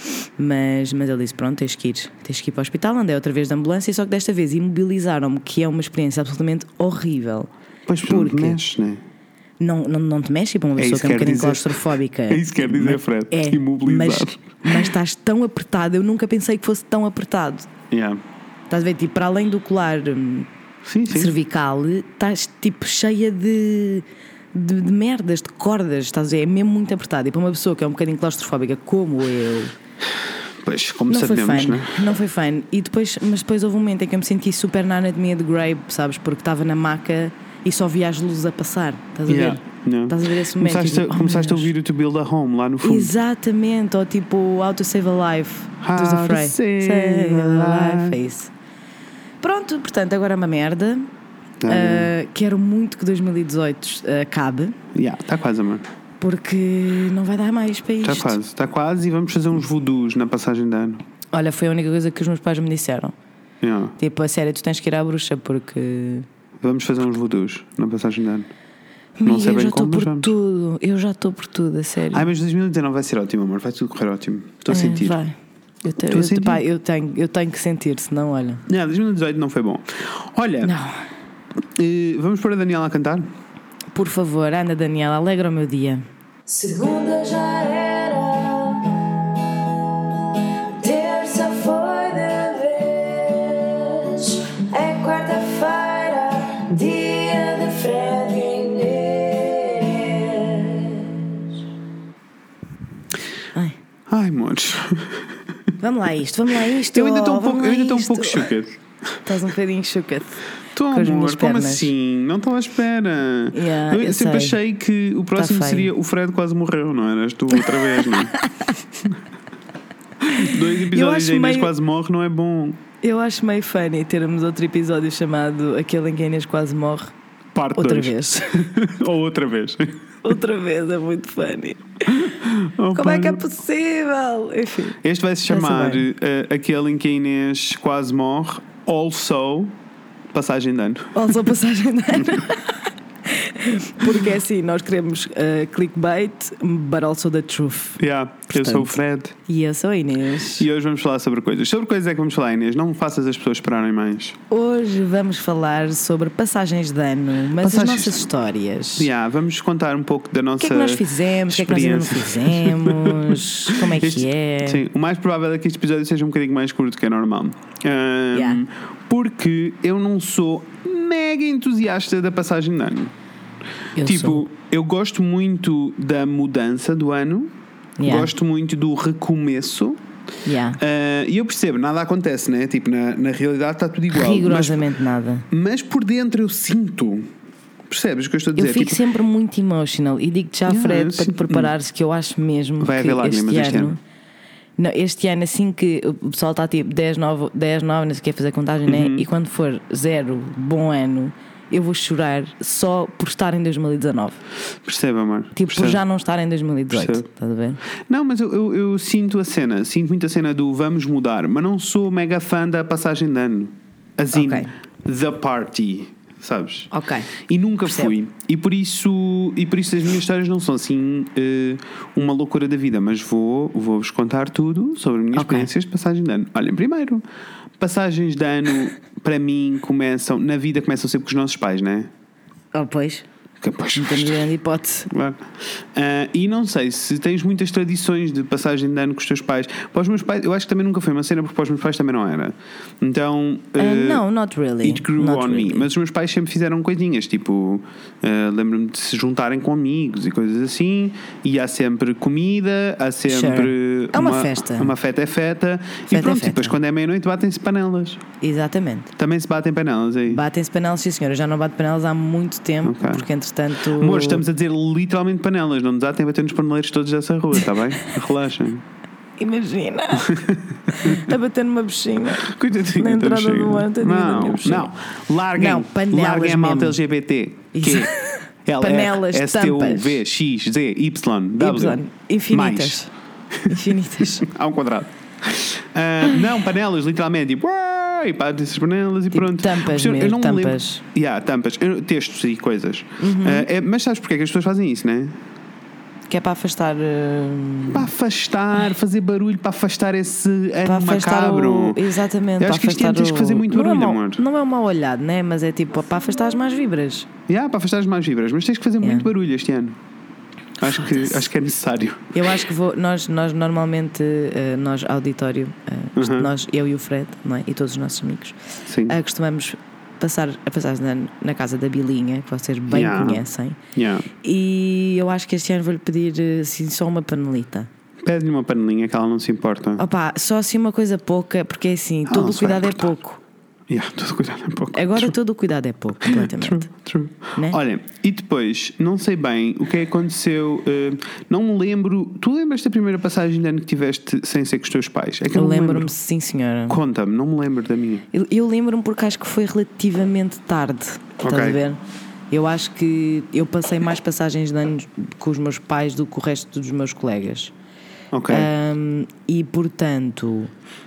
Mas, mas ele disse: pronto, tens que ir, tens que ir para o hospital. Andei outra vez de ambulância, só que desta vez imobilizaram-me, que é uma experiência absolutamente horrível. Pois porque te mexe, né? Não, não, não te mexe para uma pessoa é que é um bocadinho dizer. claustrofóbica. É isso que quer dizer, Fred, é, imobilizar. Mas, mas estás tão apertado, eu nunca pensei que fosse tão apertado. Yeah. Estás a ver, tipo, para além do colar sim, sim. cervical, estás tipo cheia de. De, de merdas, de cordas, estás a ver? É mesmo muito apertado. E para uma pessoa que é um bocadinho claustrofóbica como eu, pois, como não sabemos, foi fun, né? Não foi fun. E depois, mas depois houve um momento em que eu me senti super na anatomia de Grey, sabes? Porque estava na maca e só via as luzes a passar. Estás a ver? Yeah, yeah. Estás a ver esse momento? Começaste, tipo, a, começaste oh, a ouvir o To Build a Home lá no fundo. Exatamente, ou tipo How to Save a Life dos The Fray. Save, save a Life. É isso. Pronto, portanto, agora é uma merda. Uh, quero muito que dois mil e dezoito uh, acabe. Já, yeah, está quase, amor. Porque não vai dar mais para isto. Está quase, está quase e vamos fazer uns voodoos na passagem de ano. Olha, foi a única coisa que os meus pais me disseram. Yeah. Tipo, a sério, tu tens que ir à bruxa porque... Vamos fazer uns voodoos na passagem de ano. Amiga, não sei bem como, mas vamos. Tudo. Eu já estou por tudo, a sério. Ai, mas dois mil e dezanove vai ser ótimo, amor. Vai tudo correr ótimo. Estou a é, sentir. Vai. Eu, te, eu, a pá, eu, tenho, eu tenho que sentir, senão, olha... Não, dois mil e dezoito não foi bom. Olha... Não. Uh, vamos pôr a Daniela a cantar? Por favor, anda Daniela, alegra o meu dia. Segunda já era, terça foi de vez, é quarta-feira, dia de Fred e Inês. Ai, Ai, amores. Vamos lá isto, vamos lá isto. Eu ainda estou um pouco, eu ainda estou um pouco choquado. Estás um bocadinho choquado. Estou, amor, como assim? Não estou à espera. Yeah, eu, eu sempre sei. achei que o próximo tá seria o Fred quase morreu, não eras tu outra vez, não é? Dois episódios de Inês meio... quase morre não é bom. Eu acho meio funny termos outro episódio chamado aquele em que a Inês quase morre. Parte outra dois. vez. Ou outra vez. Outra vez, é muito funny. Oh, como pai. é que é possível? Enfim. Este vai se chamar uh, aquele em que a Inês quase morre. Also, passagem de ano. Also, passagem de ano. Porque é assim, nós queremos uh, clickbait, but also the truth. Yeah, portanto, eu sou o Fred. E eu sou a Inês. E hoje vamos falar sobre coisas. Sobre coisas é que vamos falar, Inês. Não faças as pessoas esperarem mais. Hoje vamos falar sobre passagens de ano, mas passagens... as nossas histórias. Yeah, vamos contar um pouco da nossa. O que é que nós fizemos? O que é que nós ainda não fizemos? Como é que este, é? Sim, o mais provável é que este episódio seja um bocadinho mais curto que é normal. Um, yeah. Porque eu não sou mega entusiasta da passagem de ano. Eu tipo, sou. eu gosto muito da mudança do ano, yeah. Gosto muito do recomeço. Yeah. Uh, e eu percebo, nada acontece, né? Tipo, na, na realidade está tudo igual. Rigorosamente mas, nada. Mas por dentro eu sinto. Percebes o que eu estou a dizer? Eu fico tipo, sempre muito emotional. E digo-te já, yeah, Fred, para sim, te preparares, que eu acho mesmo vai que haver lágrimas este, este ano, ano. Não, este ano, assim que o pessoal está tipo dez, nove, dez, nove, não sei o que, fazer contagem, uhum. né? E quando for zero, bom ano, eu vou chorar só por estar em dois mil e dezanove. Perceba, amor. Tipo, Percebo. por já não estar em dois mil e dezoito. Percebo. Estás a ver? Não, mas eu, eu, eu sinto a cena, sinto muito a cena do vamos mudar, mas não sou mega fã da passagem de ano. Assim, okay. The Party, sabes? Ok. E nunca Percebo. fui. E por isso, e por isso as minhas histórias não são assim uh, uma loucura da vida, mas vou, vou-vos contar tudo sobre as minhas okay. experiências de passagem de ano. Olhem, primeiro, passagens de ano para mim começam, na vida começam sempre com os nossos pais, não é? Oh, pois. Capaz. Não temos grande hipótese. Claro. Uh, e não sei se tens muitas tradições de passagem de ano com os teus pais. Para os meus pais, eu acho que também nunca foi uma cena, porque para os meus pais também não era. Então. Uh, uh, não, not really. It grew not on really. me. Mas os meus pais sempre fizeram coisinhas, tipo, uh, lembro-me de se juntarem com amigos e coisas assim. E há sempre comida, há sempre. Sure. É uma, uma festa. Uma feta é feta. feta e pronto, é feta. Depois quando é meia-noite batem-se panelas. Exatamente. Também se batem panelas aí. Batem-se panelas, sim senhora. Eu já não bato panelas há muito tempo, okay. Porque entretanto. Amor, estamos a dizer literalmente panelas, não nos há, tem a bater nos paneleiros todos dessa rua, está bem? Relaxem. Imagina a bater numa bichinha Coitadinha na entrada bichinha. do ano, não, não, larguem, não, panelas larguem a malta L G B T. Que panelas, S T U V X Z Y W infinitas. Infinitas. Ao quadrado. Uh, não, panelas, literalmente, tipo, e pá, dessas panelas e tipo pronto. Tampas, eu, eu não tampas. me lembro. Yeah, tampas, eu, textos e coisas. Uhum. Uh, é, mas sabes porque é que as pessoas fazem isso, não é? Que é para afastar. Uh... Para afastar, fazer barulho, para afastar esse para ano afastar macabro. O... Exatamente. Eu acho que este ano tens que fazer muito barulho, não é mau, amor. Não é um mau olhado, né? Mas é tipo para afastar as más vibras. Yeah, para afastar as más vibras, mas tens que fazer yeah. muito barulho este ano. Acho que, acho que é necessário. Eu acho que vou. Nós, nós normalmente, uh, nós, auditório, uh, uhum. nós, eu e o Fred, não é? E todos os nossos amigos, uh, costumamos passar a passar na, na casa da Bilinha, que vocês bem yeah. conhecem. Yeah. E eu acho que este ano vou-lhe pedir assim, só uma panelita. Pede-lhe uma panelinha que ela não se importa. Opa, só assim uma coisa pouca, porque é assim, ah, todo o cuidado é pouco. Yeah, todo o cuidado é pouco. Agora true. todo o cuidado é pouco, completamente. True, true. Né? Olha, e depois, não sei bem o que é que aconteceu, uh, não me lembro. Tu lembras da primeira passagem de ano que tiveste sem ser com os teus pais? É que eu, eu lembro-me, lembro. Sim, senhora. Conta-me, não me lembro da minha. Eu, eu lembro-me porque acho que foi relativamente tarde. Okay. Estás a ver? Eu acho que eu passei mais passagens de ano com os meus pais do que o resto dos meus colegas. Ok. Um, e portanto.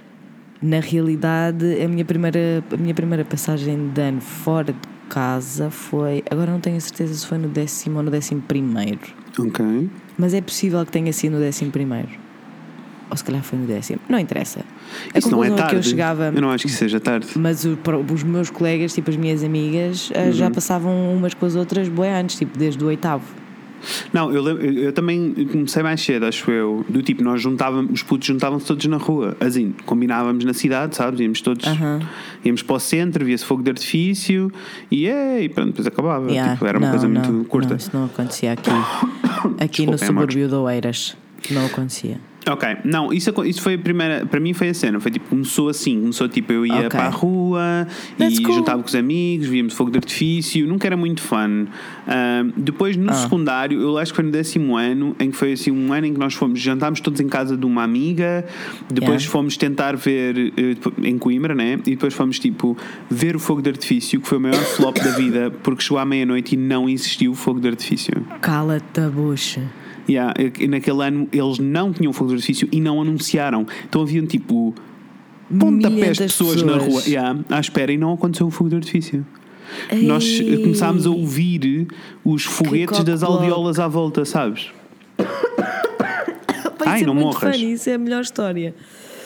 Na realidade, a minha primeira, a minha primeira passagem de ano fora de casa foi... Agora não tenho a certeza se foi no décimo ou no décimo primeiro. Ok. Mas é possível que tenha sido no décimo primeiro. Ou se calhar foi no décimo. Não interessa. A Isso não é tarde. Que eu, chegava, eu não acho que seja tarde. Mas o, os meus colegas, tipo as minhas amigas, uhum. já passavam umas com as outras bué antes, tipo desde o oitavo. Não, eu, eu, eu também comecei mais cedo, acho eu. Do tipo, nós juntávamos, os putos juntavam-se todos na rua. Assim, combinávamos na cidade, sabes? Íamos todos, uh-huh. íamos para o centro, via-se fogo de artifício e, é, e pronto, depois acabava. Yeah. Tipo, era uma não, coisa não, muito curta. Não, isso não acontecia aqui. Aqui no subúrbio de Oeiras. Não acontecia. Ok, não, isso, isso foi a primeira, para mim foi a cena, foi tipo, começou assim, começou tipo, eu ia okay. para a rua That's e cool. juntava com os amigos, víamos fogo de artifício, nunca era muito fun. Uh, depois no ah. secundário, eu acho que foi no décimo ano, em que foi assim um ano em que nós fomos, jantámos todos em casa de uma amiga, depois yeah. fomos tentar ver uh, em Coimbra, né? E depois fomos tipo, ver o fogo de artifício, que foi o maior flop da vida, porque chegou à meia-noite e não existiu o fogo de artifício. Cala-te a bucha. Yeah, naquele ano eles não tinham fogo de artifício e não anunciaram. Então haviam tipo pontapés de pessoas, pessoas na rua yeah, à espera e não aconteceu o fogo de artifício. Ei. Nós começámos a ouvir os foguetes das aldeolas à volta, sabes? Ai, não morras. Funny, isso é a melhor história.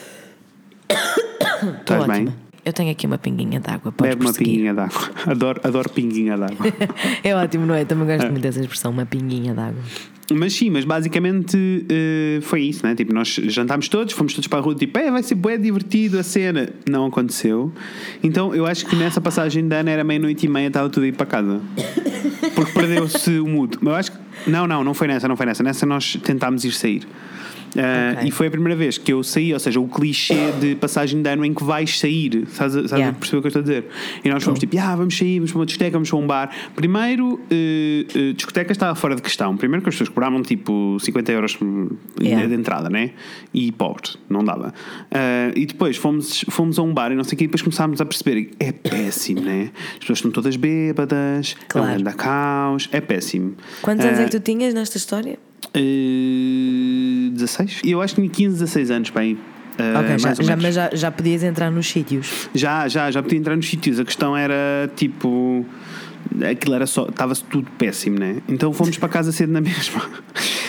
Estás bem? Eu tenho aqui uma pinguinha d'água. Bebe uma prosseguir. pinguinha d'água. Adoro, adoro pinguinha d'água. É ótimo, não é? Também gosto é. muito dessa expressão, uma pinguinha d'água. Mas sim, mas basicamente uh, foi isso, né? Tipo, nós jantámos todos, fomos todos para a rua, tipo, é, vai ser bué divertido a cena. Não aconteceu. Então eu acho que nessa passagem de ano era meia-noite e meia, estava tudo a ir para casa. Porque perdeu-se o mood. Mas eu acho que. Não, não, não foi nessa, não foi nessa. Nessa nós tentámos ir sair. Uh, okay. E foi a primeira vez que eu saí, ou seja, o clichê de passagem de ano em que vais sair, sabes, sabes yeah. perceber o que eu estou a dizer? E nós fomos cool. tipo, ah, vamos sair, vamos para uma discoteca, vamos para um bar. Primeiro, uh, uh, discoteca estava fora de questão. Primeiro que as pessoas cobravam tipo cinquenta euros yeah. de entrada, né? E pobre, não dava. Uh, e depois fomos, fomos a um bar e não sei o que, e depois começámos a perceber, é péssimo, né? As pessoas estão todas bêbadas, claro. é um caos, é péssimo. Quantos uh, anos é que tu tinhas nesta história? Uh, dezasseis? Eu acho que tinha quinze, dezasseis anos, bem. Uh, ok, já, já, mas já, já podias entrar nos sítios? Já, já, já podia entrar nos sítios. A questão era tipo. Aquilo era só. Estava-se tudo péssimo, né? Então fomos para casa cedo na mesma.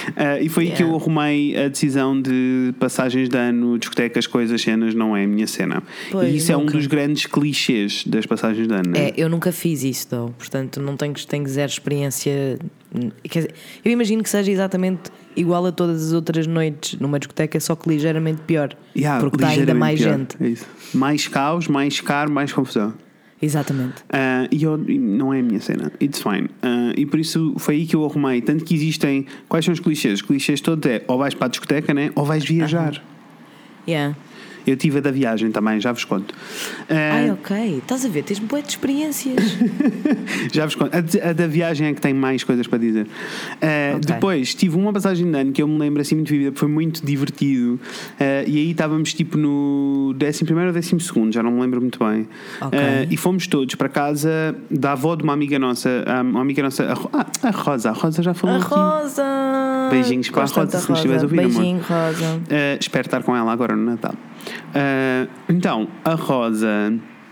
Uh, e foi yeah. aí que eu arrumei a decisão de passagens de ano, discotecas, coisas, cenas, não é a minha cena. Pois, e isso nunca. É um dos grandes clichês das passagens de ano. É, eu nunca fiz isso, though. Portanto, não tenho, tenho zero experiência. Quer dizer, eu imagino que seja exatamente igual a todas as outras noites numa discoteca, só que ligeiramente pior. Yeah, porque está ainda mais pior. Gente. É isso. Mais caos, mais caro, mais confusão. Exatamente. Uh, e eu, não é a minha cena. It's fine. Uh, e por isso foi aí que eu arrumei. Tanto que existem. Quais são os clichês? Os clichês todos é ou vais para a discoteca, né? Ou vais viajar. Uh-huh. Yeah. Eu tive a da viagem também, já vos conto. Uh, Ai, ok. Estás a ver? Tens boas de experiências. Já vos conto. A, de, a da viagem é que tem mais coisas para dizer. Uh, okay. Depois tive uma passagem de ano que eu me lembro assim muito vivida, porque foi muito divertido. Uh, e aí estávamos tipo no décimo primeiro ou décimo segundo, já não me lembro muito bem. Okay. Uh, e fomos todos para casa da avó de uma amiga nossa, uma amiga nossa, a, ah, a Rosa. A Rosa já falou a aqui. Rosa! Beijinhos para a Rosa, se nos estiveres a ouvir. Beijinho, amor. Rosa. Uh, espero estar com ela agora no Natal. Uh, então, a Rosa,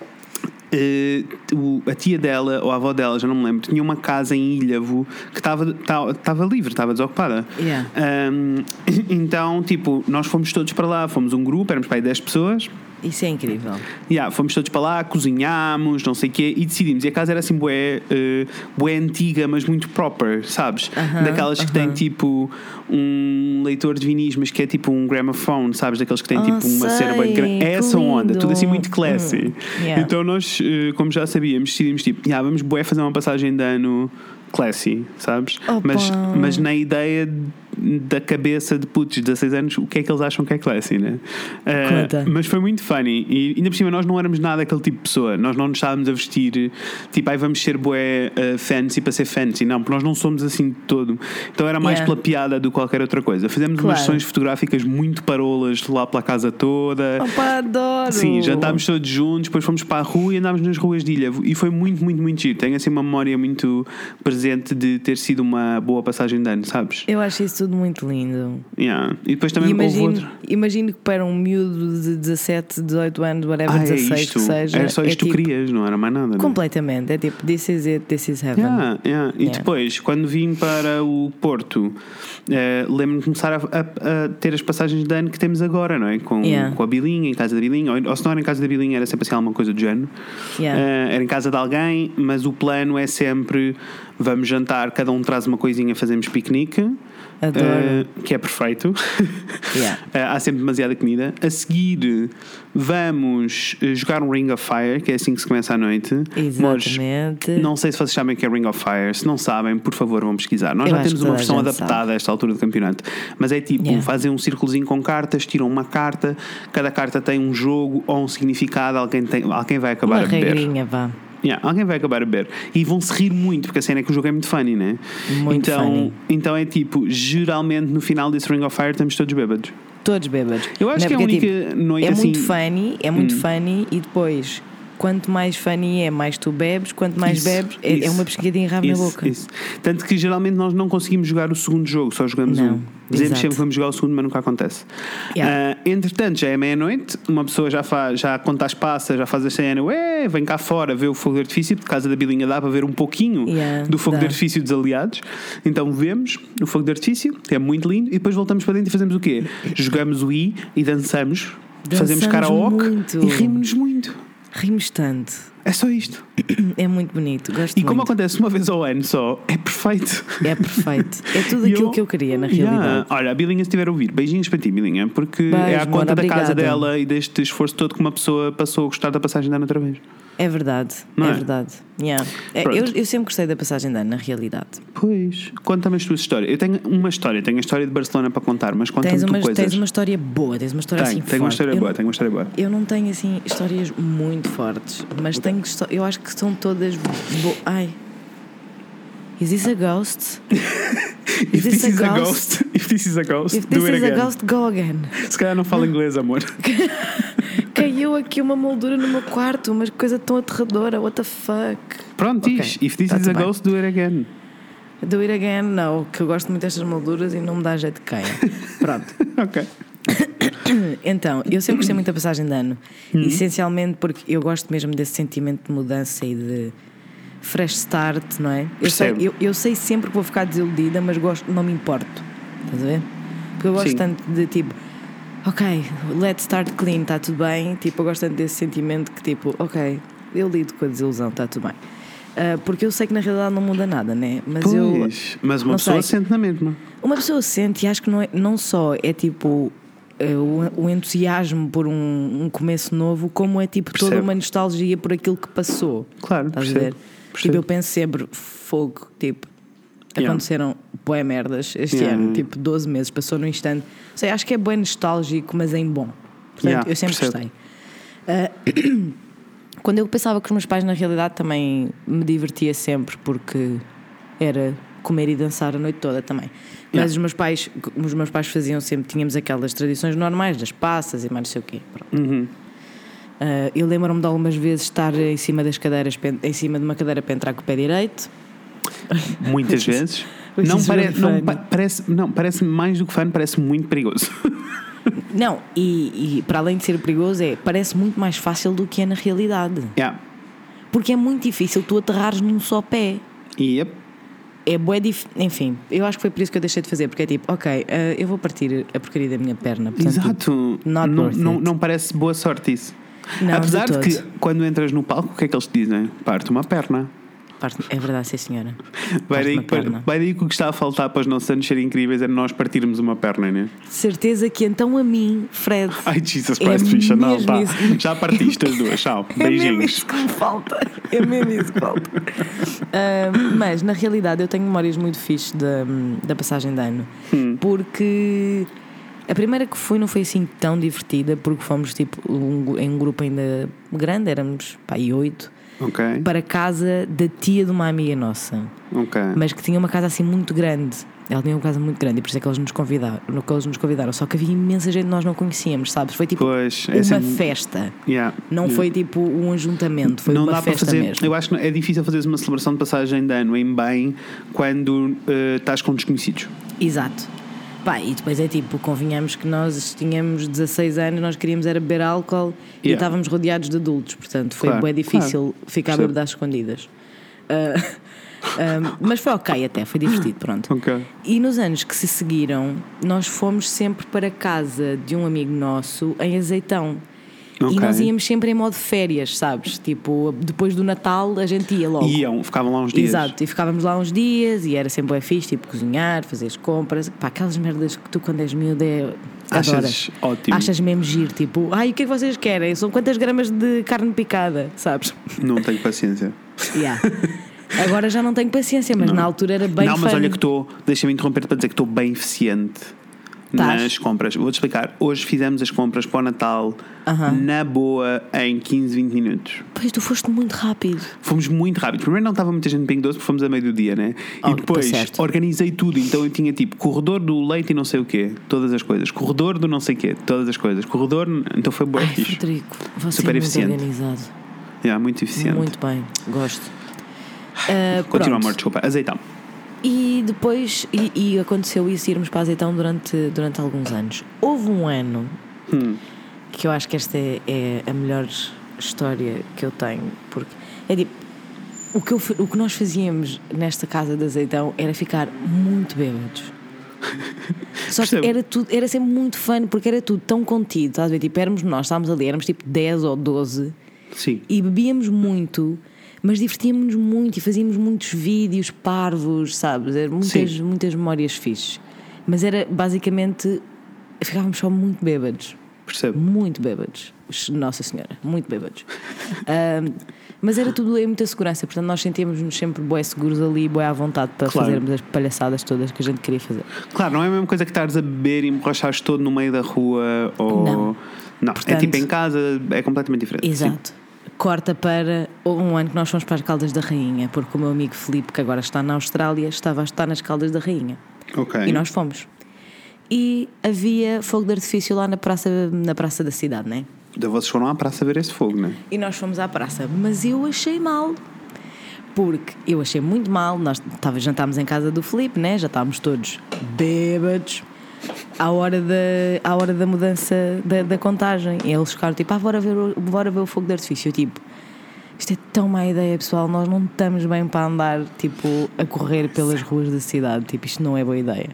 uh, o, a tia dela, ou a avó dela, já não me lembro, tinha uma casa em Ilhavo que estava livre, estava desocupada. Yeah. Um, então, tipo, nós fomos todos para lá, fomos um grupo, éramos para aí dez pessoas. Isso é incrível. Yeah, fomos todos para lá, cozinhámos, não sei o quê, e decidimos. E a casa era assim bué, uh, bué antiga, mas muito proper, sabes? Uh-huh, Daquelas uh-huh. que têm tipo um leitor de vinis, mas que é tipo um gramophone, sabes? Daqueles que têm oh, tipo uma sei, cena bem grande. É essa onda, tudo assim muito classy. Hum, yeah. Então nós, uh, como já sabíamos, decidimos tipo, yeah, vamos bué fazer uma passagem de ano classy, sabes? Mas, mas na ideia da cabeça de putos de dezasseis anos, o que é que eles acham que é classy, né? Uh, mas foi muito funny. E ainda por cima, nós não éramos nada aquele tipo de pessoa. Nós não nos estávamos a vestir tipo, aí vamos ser bué uh, fancy para ser fancy. Não, porque nós não somos assim de todo. Então era mais yeah. pela piada do que qualquer outra coisa. Fizemos claro. umas sessões fotográficas muito parolas lá pela casa toda. Opa, adoro! Sim, jantámos todos juntos, depois fomos para a rua e andámos nas ruas de Ilhavo. E foi muito, muito, muito giro. Tenho assim uma memória muito presente de ter sido uma boa passagem de ano, sabes? Eu acho isso tudo muito lindo. Yeah. E depois também imagino, houve outro. Imagino que para um miúdo de dezassete, dezoito anos, whatever, ah, dezasseis é isto. que seja. Era só isto é que tipo, tu querias, não era mais nada. Completamente. Não? É tipo, this is it, this is heaven. Yeah, yeah. E yeah. depois, quando vim para o Porto, uh, lembro-me de começar a, a, a ter as passagens de ano que temos agora, não é? Com, yeah. com a Bilinha, em casa da Bilinha. Ou, ou se não era em casa da Bilinha, era sempre assim alguma coisa do género. Yeah. Uh, era em casa de alguém, mas o plano é sempre vamos jantar, cada um traz uma coisinha, fazemos piquenique. Adoro. Uh, que é perfeito. Yeah. uh, há sempre demasiada comida. A seguir vamos jogar um Ring of Fire, que é assim que se começa a noite. Exatamente. Mas não sei se vocês sabem o que é Ring of Fire. Se não sabem, por favor, vão pesquisar. Nós Eu já temos uma versão adaptada sabe. a esta altura do campeonato. Mas é tipo, yeah. fazem um círculozinho com cartas, tiram uma carta, cada carta tem um jogo ou um significado, alguém, tem, alguém vai acabar uma a beber. Regrinha, vá. Yeah, alguém vai acabar a beber e vão se rir muito, porque a cena é que o jogo é muito funny, né? Muito então, funny. Então é tipo, geralmente no final desse Ring of Fire estamos todos bêbados. Todos bêbados. Eu acho não, que é a única tipo, noite é assim. É muito funny, é muito hum. funny e depois. Quanto mais funny é, mais tu bebes. Quanto mais isso, bebes, é, isso, é uma pescadinha rabo isso, na boca. Isso. Tanto que geralmente nós não conseguimos jogar o segundo jogo, só jogamos não, um. Dizemos exato. sempre que vamos jogar o segundo, mas nunca acontece. Yeah. Uh, entretanto, já é meia-noite, uma pessoa já faz, já conta as passas, já faz a cena, ué, vem cá fora ver o fogo de artifício, porque casa da Bilinha dá para ver um pouquinho yeah, do fogo dá. de artifício dos aliados. Então vemos o fogo de artifício, é muito lindo, e depois voltamos para dentro e fazemos o quê? Jogamos o I e dançamos, dançamos fazemos karaoke muito. E rimos-nos muito. Rimos tanto. É só isto. É muito bonito, gosto E como muito. acontece uma vez ao ano só, é perfeito. É perfeito. É tudo aquilo eu, que eu queria, na realidade. Yeah. Olha, a Bilinha, se estiver a ouvir, beijinhos para ti, Bilinha, porque Beijo, é à conta mano, da obrigada. casa dela e deste esforço todo que uma pessoa passou a gostar da passagem de ano outra vez. É verdade, Não é, é verdade. Yeah. Eu, eu sempre gostei da passagem de ano, na realidade. Pois, conta-me as tuas histórias. Eu tenho uma história, tenho a história de Barcelona para contar, mas conta-me tens tu uma, coisas. Tens uma história boa, tens uma história tenho, assim tenho forte. Uma história eu boa, não, tenho uma história boa. Eu não tenho assim histórias muito fortes, mas tenho eu acho que são todas boas. Ai. Is this a ghost? If this, this is a ghost? ghost If this is a ghost, If this do is it again. a ghost, go again. Se calhar não fala inglês, amor. Caiu aqui uma moldura no meu quarto, uma coisa tão aterradora. What the fuck? Pronto, okay. Diz. If this tá is a bem. Ghost, do it again. Do it again, não. Que eu gosto muito destas molduras e não me dá jeito de caia. Pronto. Ok. Então, eu sempre gostei muito da passagem de ano. Hum. Essencialmente porque eu gosto mesmo desse sentimento de mudança e de fresh start, não é? Eu sei, eu, eu sei sempre que vou ficar desiludida, mas gosto, não me importo. Estás a ver? Porque eu gosto Sim. tanto de tipo, ok, let's start clean, está tudo bem. Tipo, eu gosto tanto desse sentimento que tipo, ok, eu lido com a desilusão, está tudo bem. Uh, porque eu sei que na realidade não muda nada, né? Mas pois, eu. Mas uma pessoa sei. sente na mesma. Uma pessoa sente, e acho que não, é, não só é tipo uh, o, o entusiasmo por um, um começo novo, como é tipo Percebe. toda uma nostalgia por aquilo que passou. Claro, estás percebe. a ver? Tipo, eu penso sempre, fogo, tipo, yeah. aconteceram bué merdas este yeah. ano, tipo, doze meses, passou num instante. Sei, acho que é bué nostálgico, mas em bom. Portanto, yeah, eu sempre percebe. gostei. Uh, Quando eu pensava com os meus pais, na realidade também me divertia sempre, porque era comer e dançar a noite toda também. Mas yeah. os meus pais, os meus pais faziam sempre, tínhamos aquelas tradições normais das passas e mais não sei o quê. Uhum. Uh, eu lembro-me de algumas vezes estar em cima das cadeiras, em cima de uma cadeira para entrar com o pé direito. Muitas vezes. Não, pare, não, pa, parece, não, parece mais do que fun, parece muito perigoso. Não, e, e para além de ser perigoso, é, parece muito mais fácil do que é na realidade. Yeah. Porque é muito difícil tu aterrares num só pé. Yep. É bué dif... Enfim, eu acho que foi por isso que eu deixei de fazer. Porque é tipo, ok, uh, eu vou partir a porcaria da minha perna. Portanto, exato. Not não, worth não, it. não parece boa sorte isso. Não, apesar de, de que quando entras no palco, o que é que eles te dizem? Parte uma perna. Parte... É verdade, sim senhora. Vai daí, que, vai daí que o que está a faltar para os nossos anos serem incríveis é nós partirmos uma perna, né? Certeza que então a mim, Fred. Ai, Jesus Christ, é bicha, não, tá. Já partiste as duas, tchau. É beijinhos. mesmo isso que me falta. É mesmo isso que falta. uh, mas na realidade eu tenho memórias muito fixes da, da passagem de ano. Hum. Porque a primeira que fui não foi assim tão divertida, porque fomos tipo um, em um grupo ainda grande, éramos pá, e oito. Okay. Para a casa da tia de uma amiga nossa, okay. mas que tinha uma casa assim muito grande. Ela tinha uma casa muito grande e por isso é que eles nos convidaram, que eles nos convidaram. Só que havia imensa gente que nós não conhecíamos, sabes? Foi tipo pois, uma é festa. Yeah. Não yeah. foi tipo um ajuntamento, foi não uma dá festa para fazer, mesmo. Eu acho que é difícil fazer uma celebração de passagem de ano em bem quando uh, estás com desconhecidos. Exato. Pá, e depois é tipo, convinhamos que nós tínhamos dezasseis anos, nós queríamos era beber álcool yeah. e estávamos rodeados de adultos, portanto foi claro, bem difícil claro. ficar bêbado às escondidas. Uh, uh, mas foi ok até, foi divertido, pronto. Okay. E nos anos que se seguiram, nós fomos sempre para a casa de um amigo nosso em Azeitão. Okay. E nós íamos sempre em modo férias, sabes? Tipo, depois do Natal a gente ia logo. Iam, ficavam lá uns dias. Exato, e ficávamos lá uns dias e era sempre bem fixe, tipo, cozinhar, fazer as compras. Pá, aquelas merdas que tu quando és miúdo é... Achas adoras. Ótimo. Achas mesmo giro, tipo, ai, o que é que vocês querem? São quantas gramas de carne picada, sabes? Não tenho paciência. Yeah. Agora já não tenho paciência, mas não. na altura era bem Não, mas fun. olha que estou, deixa-me interromper para dizer que estou bem eficiente. Tás? Nas compras. Vou-te explicar. Hoje fizemos as compras para o Natal uh-huh. na boa em quinze, vinte minutos. Pois tu foste muito rápido. Fomos muito rápido. Primeiro não estava muita gente no Pingo Doce porque fomos a meio do dia, né? Oh, e depois tá organizei tudo. Então eu tinha tipo corredor do leite e não sei o quê, todas as coisas. Corredor do não sei o quê, todas as coisas. Corredor, então foi bom. Frederico, você super é muito eficiente. Organizado. Yeah, muito eficiente. Muito bem, gosto. Uh, Continua, amor, desculpa. Azeitão. E depois, e, e aconteceu isso, irmos para Azeitão durante, durante alguns anos. Houve um ano hum. que eu acho que esta é, é a melhor história que eu tenho, porque é tipo, o que, eu, o que nós fazíamos nesta casa de Azeitão era ficar muito bêbados. Só que era, tudo, era sempre muito fun, porque era tudo tão contido, estás a ver? Tipo, éramos nós, estávamos ali, éramos tipo dez ou doze. Sim. E bebíamos muito, mas divertíamos-nos muito e fazíamos muitos vídeos parvos, sabes? Era muitas, muitas memórias fixes. Mas era basicamente, ficávamos só muito bêbados. Percebo. Muito bêbados. Nossa Senhora, muito bêbados. uh, mas era tudo em muita segurança, portanto nós sentíamos-nos sempre bué seguros ali, bué à vontade para claro. fazermos as palhaçadas todas que a gente queria fazer. Claro, não é a mesma coisa que estares a beber e emborrachares todo no meio da rua ou... Não. Não, portanto, é tipo em casa, é completamente diferente. Exato. Sim. Corta para um ano que nós fomos para as Caldas da Rainha, porque o meu amigo Filipe, que agora está na Austrália, estava a estar nas Caldas da Rainha. Ok. E nós fomos. E havia fogo de artifício lá na praça, na praça da cidade, não é? Então vocês foram à praça ver esse fogo, não é? E nós fomos à praça, mas eu achei mal. Porque eu achei muito mal. Nós tava, jantámos em casa do Filipe, né? Já estávamos todos bêbados à hora da, à hora da mudança da, da contagem. E eles ficaram tipo, ah, bora ver, o, bora ver o fogo de artifício. Eu, tipo, isto é tão má ideia, pessoal. Nós não estamos bem para andar tipo, a correr pelas ruas da cidade. Tipo, isto não é boa ideia.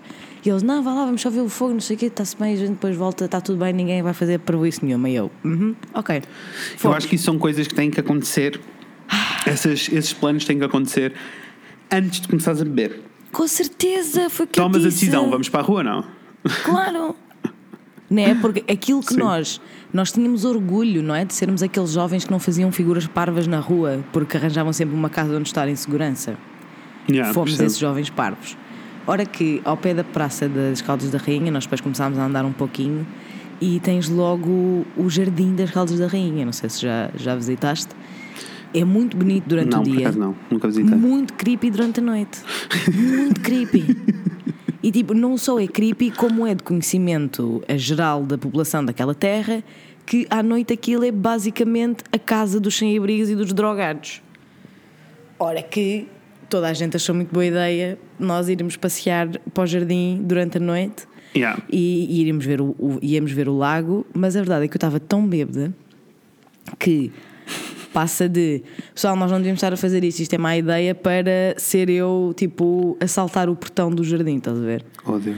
E eles, não, vá lá, vamos só ver o fogo, não sei o quê, está-se bem, a gente depois volta, está tudo bem, ninguém vai fazer prejuízo nenhuma. E eu, uhum, ok. Fomos. Eu acho que isso são coisas que têm que acontecer, Essas, esses planos têm que acontecer antes de começares a beber. Com certeza, foi o que Tomas eu a disse. decisão, vamos para a rua, não? Claro. Não é? Porque aquilo que Sim. nós Nós tínhamos orgulho, não é? De sermos aqueles jovens que não faziam figuras parvas na rua porque arranjavam sempre uma casa onde estar em segurança. Yeah, Fomos percebo. esses jovens parvos. Ora que ao pé da praça das Caldas da Rainha, nós depois começámos a andar um pouquinho e tens logo o jardim das Caldas da Rainha. Não sei se já, já visitaste. É muito bonito durante não, o dia. Por acaso não, nunca visitei. Muito creepy durante a noite. Muito creepy. E tipo, não só é creepy, como é de conhecimento a geral da população daquela terra, que à noite aquilo é basicamente a casa dos sem-abrigos e dos drogados. Ora que toda a gente achou muito boa ideia nós irmos passear para o jardim durante a noite. Yeah. E, e iremos ver o, o, íamos ver o lago. Mas a verdade é que eu estava tão bêbada que passa de pessoal, nós não devíamos estar a fazer isto, isto é má ideia, para ser eu tipo a saltar o portão do jardim, estás a ver? Oh Deus.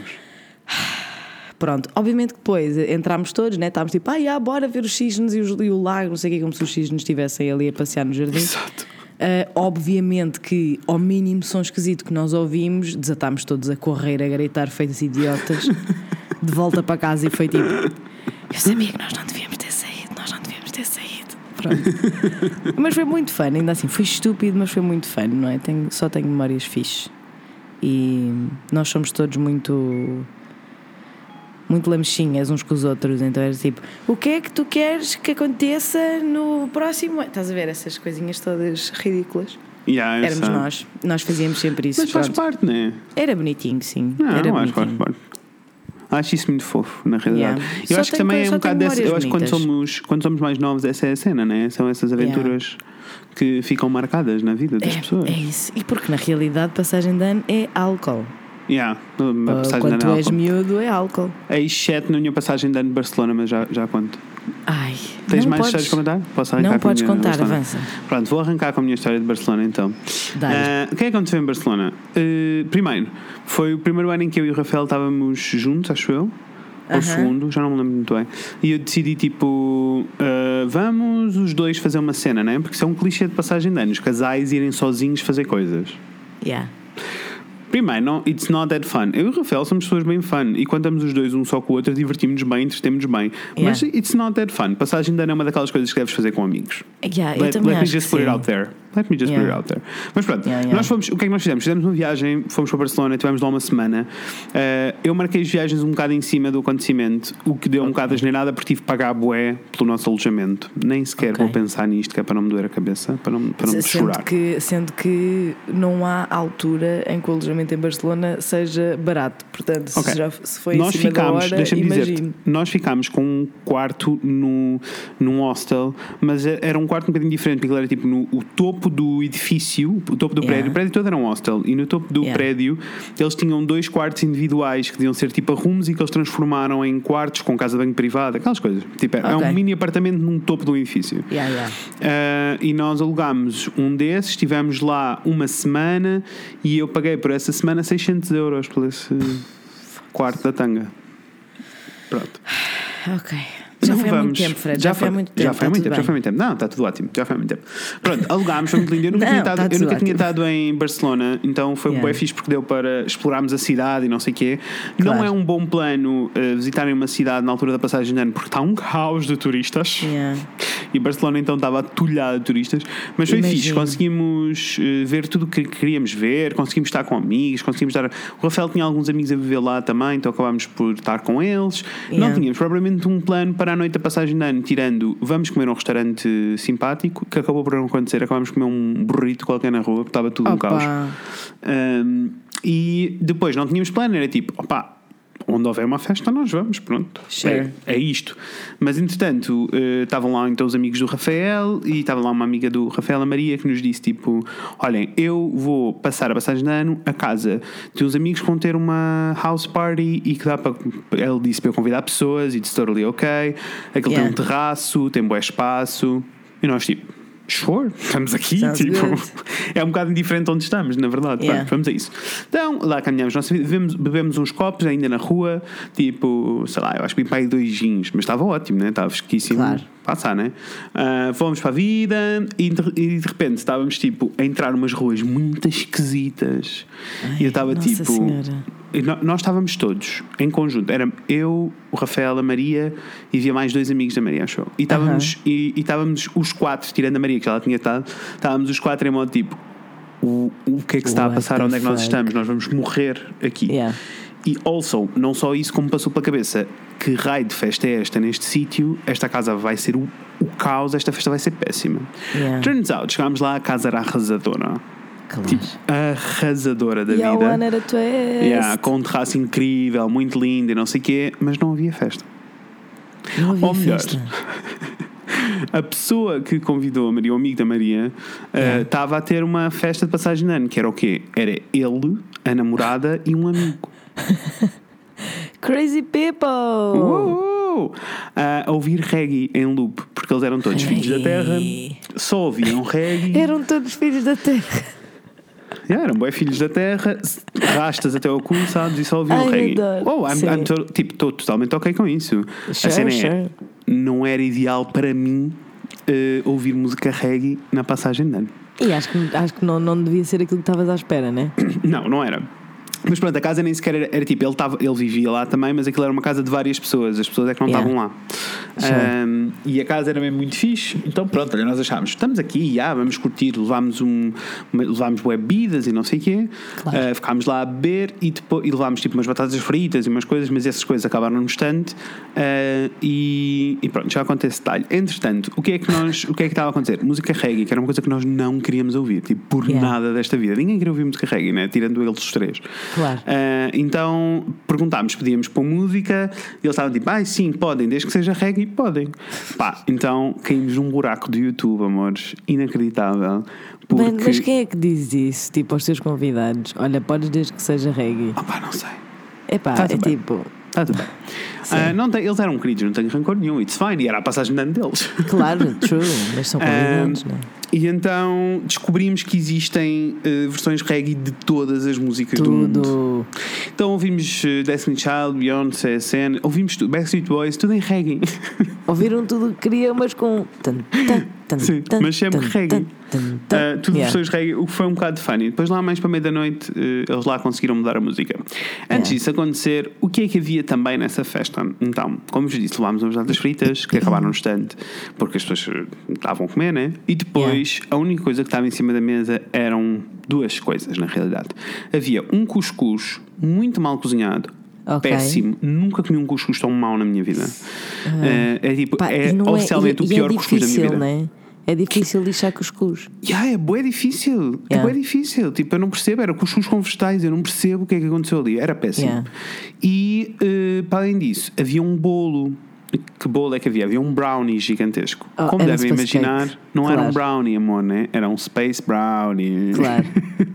Pronto, obviamente que depois entrámos todos, né? Estávamos tipo, ah, yeah, bora ver os cisnes e, os, e o lago, não sei o que, como se os cisnes estivessem ali a passear no jardim. Exato. Uh, obviamente que ao mínimo som esquisito que nós ouvimos, desatámos todos a correr, a gritar feitos idiotas de volta para casa, e foi tipo, eu sabia que nós não devíamos ter saído, nós não devíamos ter saído. Pronto. Mas foi muito fun, ainda assim, foi estúpido, mas foi muito fun, não é? Tenho, só tenho memórias fixe. E nós somos todos muito muito lamechinhas uns com os outros, então era tipo, o que é que tu queres que aconteça no próximo ano? Estás a ver essas coisinhas todas ridículas? Yeah, Éramos nós, nós fazíamos sempre isso. Mas faz pronto. parte, não é? Era bonitinho, sim. Não, era eu acho que faz bonitinho. parte. Acho isso muito fofo, na realidade. Yeah. Eu Só acho que tenho também coisa- é um só bocado tenho dessa. Eu acho que quando memórias somos, quando somos mais novos, essa é a cena, né? São essas aventuras que ficam marcadas na vida das É, pessoas. é isso. E porque na realidade passagem de ano é álcool. Yeah, a passagem Quando de tu ano é és álcool. miúdo é álcool. Exceto na minha passagem de ano de Barcelona, mas já, já conto. Ai, Tens não mais podes, histórias para contar? Posso arrancar não com a podes minha contar, Barcelona? avança. Pronto, vou arrancar com a minha história de Barcelona então. Dá-lhe. Ah, o que é que aconteceu em Barcelona? Uh, primeiro, foi o primeiro ano em que eu e o Rafael estávamos juntos, acho eu. Ou o Aham. segundo, já não me lembro muito bem. E eu decidi, tipo, uh, vamos os dois fazer uma cena, né? Porque isso é um clichê de passagem de anos, casais irem sozinhos fazer coisas. Yeah. Primeiro, não, it's not that fun. Eu e o Rafael somos pessoas bem fun. E quando estamos os dois um só com o outro, divertimos-nos bem, entretemos bem. Yeah. Mas it's not that fun. Passagem de ano é uma daquelas coisas que deves fazer com amigos. Yeah, eu Let, também let me acho just que put it sim. out there. Let me just Yeah. put it out there. Mas pronto, Yeah, yeah. nós fomos, o que é que nós fizemos? Fizemos uma viagem, fomos para Barcelona, tivemos lá uma semana. Uh, eu marquei as viagens um bocado em cima do acontecimento, o que deu um bocado a generada porque tive que pagar a bué pelo nosso alojamento. Nem sequer Ok. vou pensar nisto, que é para não me doer a cabeça, para não, para não me Sendo chorar. que, sendo que não há altura em que o alojamento em Barcelona seja barato. Portanto, Ok. se, já, se foi Nós em cima ficámos, da hora, deixa-me dizer-te, imagino. nós ficámos com um quarto no, num hostel, mas era um quarto um bocadinho diferente, porque ele era tipo no o topo do edifício, o topo do Yeah. prédio, o prédio todo era um hostel, e no topo do Yeah. prédio eles tinham dois quartos individuais que deviam ser tipo a rooms e que eles transformaram em quartos com casa de banho privada, aquelas coisas. Tipo, é Ok. um mini apartamento num topo do edifício. Yeah, yeah. Uh, e nós alugámos um desses, estivemos lá uma semana e eu paguei por essa semana seiscentos euros por esse quarto da tanga. Pronto. Ok. Já Não foi há muito vamos. tempo, Fred. Já, foi há muito tempo. Já foi há tá muito tudo tempo, já bem. foi há muito tempo. Não, está tudo ótimo. Já foi há muito tempo. Pronto, alugámos, foi muito lindo. Eu nunca, Não, tinha, estado, tá eu tudo nunca tinha ótimo. estado em Barcelona, então foi um Yeah. bué fixe porque deu para explorarmos a cidade e não sei o quê. Não Claro. é um bom plano uh, visitarem uma cidade na altura da passagem de ano porque está um caos de turistas. Yeah. E Barcelona então estava atulhada de turistas, mas foi Imagino. fixe, conseguimos uh, ver tudo o que queríamos ver, conseguimos estar com amigos, conseguimos estar. O Rafael tinha alguns amigos a viver lá também, então acabámos por estar com eles. Yeah. Não tínhamos propriamente um plano para a noite da passagem de ano, tirando vamos comer a um restaurante simpático, que acabou por não acontecer, acabámos por comer um burrito qualquer na rua, porque estava tudo um Opa. caos. Um, e depois não tínhamos plano, era tipo, opá, onde houver uma festa nós vamos, pronto, Sure. é, é isto. Mas entretanto eh, estavam lá então os amigos do Rafael e estava lá uma amiga do Rafael, a Maria, que nos disse tipo, olhem, eu vou passar a passagem de ano a casa de uns amigos que vão ter uma house party e que dá para, ele disse para eu convidar pessoas e disse totally ok, aquilo Yeah. tem um terraço, tem bom espaço, e nós tipo, Sure, estamos aqui, Sounds tipo, good. é um bocado indiferente onde estamos, na verdade. Yeah. Pronto, vamos a isso. Então, lá caminhamos, nós bebemos, bebemos uns copos ainda na rua, tipo, sei lá, eu acho que vi para aí dois gins, mas estava ótimo, né? Estava fresquíssimo. Claro. Passar, né? Uh, fomos para a vida e de, e de repente estávamos, tipo, a entrar numas ruas muito esquisitas. Ai, e eu estava, Nossa tipo. Senhora. E no- Nós estávamos todos em conjunto. Era eu, o Rafael, a Maria e havia mais dois amigos da Maria, achou? E estávamos, e, e estávamos os quatro, tirando a Maria, que já lá tinha estado, estávamos os quatro em modo tipo: o, o que é que se está a What passar? the Onde é que nós fuck? estamos? Nós vamos morrer aqui. Yeah. E also, não só isso, como passou pela cabeça: que raio de festa é esta neste sítio? Esta casa vai ser o, o caos, esta festa vai ser péssima. Yeah. Turns out, chegámos lá, a casa era arrasadora. Claro. Tipo, arrasadora da E a vida. One era twist. Yeah, com um terraço incrível, muito lindo e não sei o quê, mas não havia festa. Não havia Ou melhor, festa. a pessoa que convidou a Maria, o amigo da Maria, Yeah. estava a ter uma festa de passagem de ano, que era o quê? Era ele, a namorada e um amigo. Crazy people! Uou! A ouvir reggae em loop, porque eles eram todos filhos da terra, só ouviam reggae. Eram todos filhos da terra. Yeah, eram bem filhos da terra, rastas até ao cu, sabes? E só ouviam Ai, reggae. adoro. Oh, I'm, Sim. I'm to- tipo, estou totalmente ok com isso. Sure, a cena é, sure. não era ideal para mim eh, ouvir música reggae na passagem de ano. E acho que, acho que não, não devia ser aquilo que estavas à espera, né? Não, não era. Mas pronto, a casa nem sequer era, era tipo, ele, tava, ele vivia lá também, mas aquilo era uma casa de várias pessoas, as pessoas é que não Yeah. estavam lá. Sure. Um, e a casa era mesmo muito fixe, então pronto, olha, nós achámos, estamos aqui, já, vamos curtir, levámos, um, uma- levámos bebidas e não sei o quê, Claro. uh, ficámos lá a beber e, depois, e levámos tipo umas batatas fritas e umas coisas, mas essas coisas acabaram no estante uh, e, e pronto, já acontece detalhe. Entretanto, o que é que nós, o que é que estava a acontecer? Música reggae, que era uma coisa que nós não queríamos ouvir, tipo, por Yeah. nada desta vida. Ninguém queria ouvir música reggae, né? Tirando eles os três. Claro. Uh, então perguntámos, podíamos pôr música e eles estavam tipo, ah, sim, podem, desde que seja reggae, podem. Pá, então caímos num buraco do YouTube, amores, inacreditável. Porque... Bem, mas quem é que diz isso? Tipo, aos teus convidados: olha, podes desde que seja reggae. Ah, pá, não sei. Epá, Tá é tudo bem. tipo. Está tudo bem. Ah, não tem, eles eram queridos, não tenho rancor nenhum, it's fine, e era a passagem de ano deles. Claro, true, mas são convidados, não é? E então descobrimos que existem uh, versões reggae de todas as músicas do mundo. Tudo. Então ouvimos uh, Destiny Child, Beyoncé, Sen, ouvimos tudo, Backstreet Boys, tudo em reggae. Ouviram tudo o que queria, mas com. Tan, tan, tan, Sim, tan, mas sempre tan, reggae. tan, tan, tan. Uh, tudo Yeah. versões reggae, o que foi um bocado funny. Depois lá mais para meia da noite uh, eles lá conseguiram mudar a música. Antes Yeah. disso acontecer, o que é que havia também nessa festa? Então, como vos disse, levámos umas batatas fritas que acabaram no estante porque as pessoas uh, estavam a comer, né? E depois a única coisa que estava em cima da mesa eram duas coisas, na realidade. Havia um cuscuz muito mal cozinhado. Ok. Péssimo, nunca comi um cuscuz tão mau na minha vida. Uh, é tipo, Pá, é e não oficialmente e- o e pior é cuscuz da minha difícil, vida. né? É difícil lixar cuscuz. Yeah, é bué difícil, é Yeah. bué difícil. Tipo, eu não percebo, era cuscuz com vegetais, eu não percebo o que é que aconteceu ali, era péssimo. Yeah. E eh, para além disso, havia um bolo. Que bolo é que havia? Havia um brownie gigantesco. Oh, Como era devem space imaginar, cake. não era um Claro. brownie, amor, né? Era um space brownie. Claro.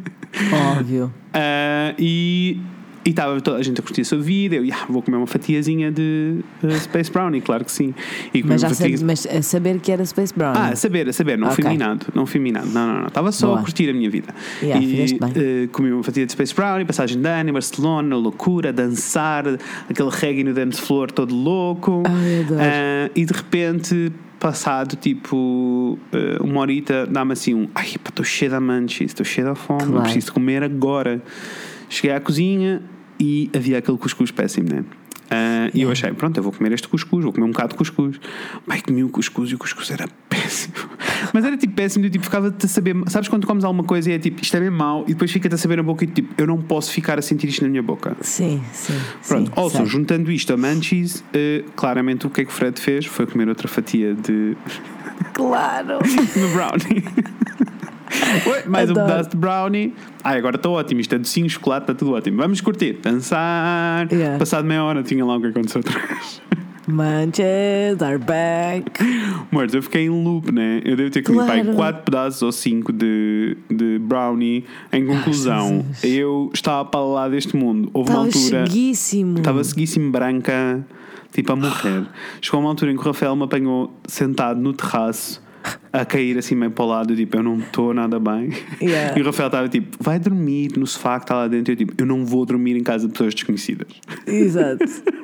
Óbvio. Ah, e e estava toda a gente a curtir a sua vida. Eu yeah, vou comer uma fatiazinha de uh, space brownie, claro que sim. E comi Mas, uma já fatia- sabe, mas a saber que era Space Brown. Ah, a saber, a saber, não Ok. fui minado, não fui minado, não, não, não, estava só Boa. a curtir a minha vida. Yeah, e fizeste bem. eh, comi uma fatia de Space Brownie, passagem de ano em Barcelona, loucura, dançar, aquele reggae no dance floor todo louco. Ai, adoro. Ah, e de repente, passado tipo eh, uma horita, dá-me assim um ai, pá, estou cheio de manchis, estou cheio de fome, Claro. preciso comer agora. Cheguei à cozinha e havia aquele cuscuz péssimo, né? Uh, E eu achei, pronto, eu vou comer este cuscuz, vou comer um bocado de cuscuz. Pai, comi o cuscuz e o cuscuz era péssimo. Mas era tipo péssimo, eu tipo, ficava-te a saber. Sabes quando comes alguma coisa e é tipo, isto é bem mau, e depois fica-te a saber na boca e tipo, eu não posso ficar a sentir isto na minha boca. Sim, sim. Pronto, sim, also, sei. juntando isto a Munchies, uh, claramente o que é que o Fred fez foi comer outra fatia de. Claro! no brownie. Oi, mais Adoro. um pedaço de brownie. Ai, agora estou ótimo. Isto é docinho, chocolate, está tudo ótimo. Vamos curtir, dançar. Yeah. Passado meia hora tinha lá o que aconteceu outra vez. Manches are back. Mas eu fiquei em loop, né? Eu devo ter comido Claro. pai, quatro pedaços ou cinco de, de brownie. Em conclusão, Jesus. eu estava para lá deste mundo. Houve uma Estava altura. ceguíssimo. Estava seguíssimo branca, tipo a morrer. Chegou uma altura em que o Rafael me apanhou sentado no terraço a cair assim meio para o lado, tipo, eu não estou nada bem. Yeah. E o Rafael estava tipo, vai dormir no sofá que está lá dentro. E eu tipo, eu não vou dormir em casa de pessoas desconhecidas. Exato.